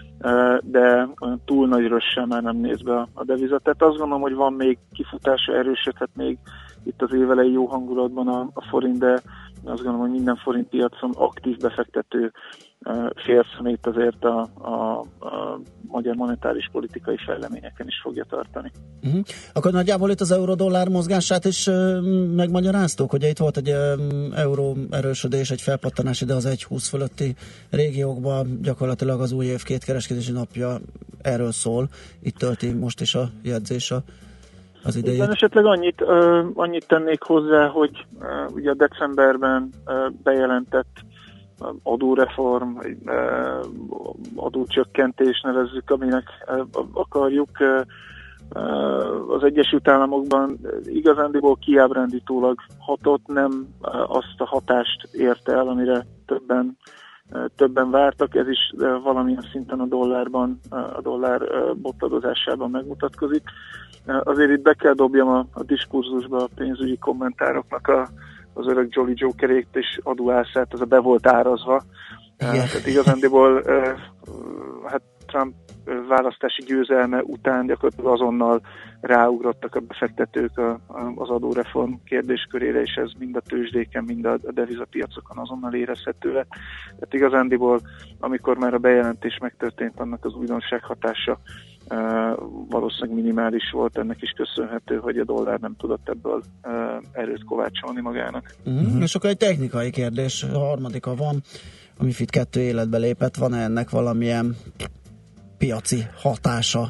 de túl nagy rössel már nem néz be a deviza. Tehát azt gondolom, hogy van még kifutása, erősödhet még itt az évelei jó hangulatban a forint, de azt gondolom, hogy minden forint piacon aktív befektető félszemét azért a magyar monetáris politikai fejleményeken is fogja tartani. Akkor nagyjából itt az euró-dollár mozgását is megmagyaráztuk, hogy itt volt egy euró erősödés, egy felpattanás ide az 1,20 fölötti régiókban, gyakorlatilag az új év 2 kereskedési napja erről szól. Itt tölti most is a jegyzés az idejét. Igen, esetleg annyit tennék hozzá, hogy ugye decemberben bejelentett adóreform, adócsökkentés nevezzük, aminek akarjuk, az Egyesült Államokban igazándiból kiábrándítólag hatott, nem azt a hatást érte el, amire többen vártak, ez is valamilyen szinten a dollár botladozásában megmutatkozik. Azért itt be kell dobjam a diskurzusba a pénzügyi kommentároknak az öreg Jolly Jokerét és adóászát, ez a be volt árazva. Tehát igazándiból hát Trump választási győzelme után gyakorlatilag azonnal ráugrottak a befektetők az adóreform kérdéskörére, és ez mind a tőzsdéken, mind a devizapiacokon azonnal érezhető lett. Tehát igazándiból, amikor már a bejelentés megtörtént, annak az újdonság hatása valószínűleg minimális volt, ennek is köszönhető, hogy a dollár nem tudott ebből erőt kovácsolni magának. És akkor egy technikai kérdés, a harmadika van, a MiFID 2 életbe lépett, van-e ennek valamilyen piaci hatása?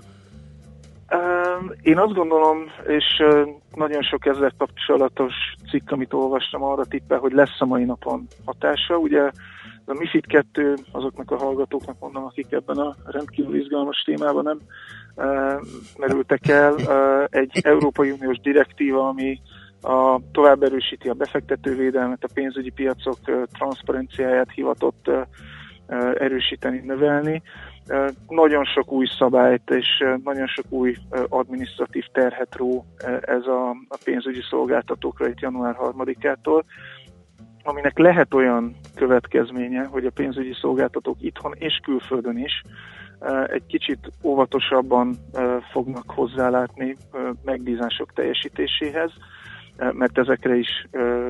Én azt gondolom, és nagyon sok ezzel kapcsolatos cikk, amit olvastam, arra tippel, hogy lesz a mai napon hatása. Ugye a MiFID 2, azoknak a hallgatóknak mondom, akik ebben a rendkívül izgalmas témában nem merültek el, egy Európai Uniós direktíva, ami tovább erősíti a befektetővédelmet, a pénzügyi piacok transzparenciáját hivatott erősíteni, növelni. Nagyon sok új szabályt és nagyon sok új adminisztratív terhet ró ez a pénzügyi szolgáltatókra itt január 3-ától, aminek lehet olyan következménye, hogy a pénzügyi szolgáltatók itthon és külföldön is egy kicsit óvatosabban fognak hozzálátni megbízások teljesítéséhez, mert ezekre is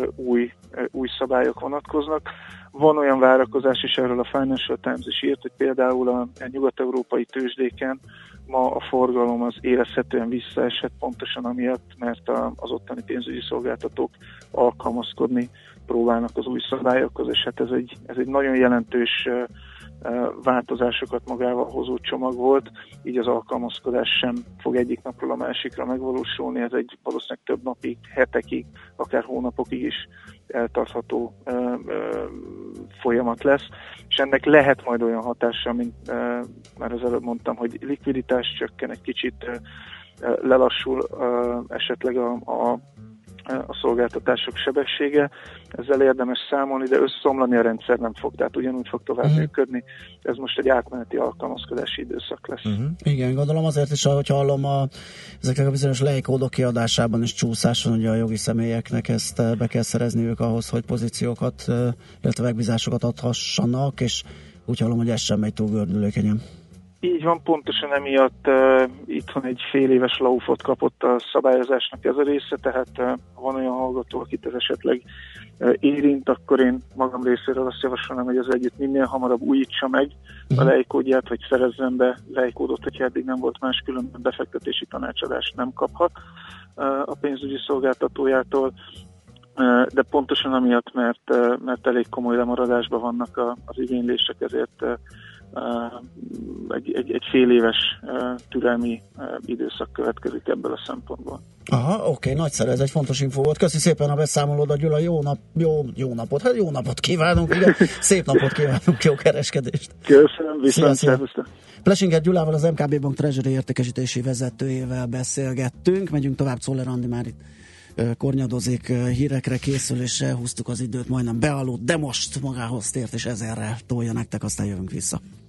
új szabályok vonatkoznak. Van olyan várakozás is, erről a Financial Times is írt, hogy például a nyugat-európai tőzsdéken ma a forgalom az érezhetően visszaesett, pontosan amiatt, mert az ottani pénzügyi szolgáltatók alkalmazkodni próbálnak az új szabályokhoz, és hát ez egy nagyon jelentős változásokat magával hozó csomag volt, így az alkalmazkodás sem fog egyik napról a másikra megvalósulni, ez egy valószínűleg több napig, hetekig, akár hónapokig is eltartható folyamat lesz, és ennek lehet majd olyan hatása, mint már az előbb mondtam, hogy likviditás csökken, egy kicsit lelassul esetleg a szolgáltatások sebessége, ezzel érdemes számolni, de összeomlani a rendszer nem fog, tehát ugyanúgy fog tovább működni. Ez most egy átmeneti alkalmazkodási időszak lesz. Igen, gondolom azért is, ahogy hallom, ezeknek a bizonyos lejkódok kiadásában is csúszás van, ugye a jogi személyeknek ezt be kell szerezniük ahhoz, hogy pozíciókat, illetve megbízásokat adhassanak, és úgy hallom, hogy ez sem megy túl gördülékenyen. Így van, pontosan emiatt itthon egy fél éves laufot kapott a szabályozásnak ez a része, tehát van olyan hallgató, akit ez esetleg érint, akkor én magam részéről azt javasolnám, hogy az együtt minél hamarabb újítsa meg a lejkódját, vagy szerezzen be lejkódot, hogyha eddig nem volt más, különben befektetési tanácsadást nem kaphat a pénzügyi szolgáltatójától. De pontosan amiatt, mert elég komoly lemaradásban vannak az igénylések, ezért egy fél éves türelmi időszak következik ebből a szempontból. Aha, oké, nagyszerű, ez egy fontos info volt. Köszi szépen a beszámolódat, Gyula, jó napot, hát jó napot kívánunk, ugye? Szép napot kívánunk, jó kereskedést. Köszönöm, viszont. Plesinger Gyulával, az MKB Bank Treasury értékesítési vezetőjével beszélgettünk, megyünk tovább, Czoller Andi már itt kornyadozik, hírekre készül, és elhúztuk az időt, majdnem bealudt, de most magához tért, és ezerrel tolja nektek, aztán jövünk vissza.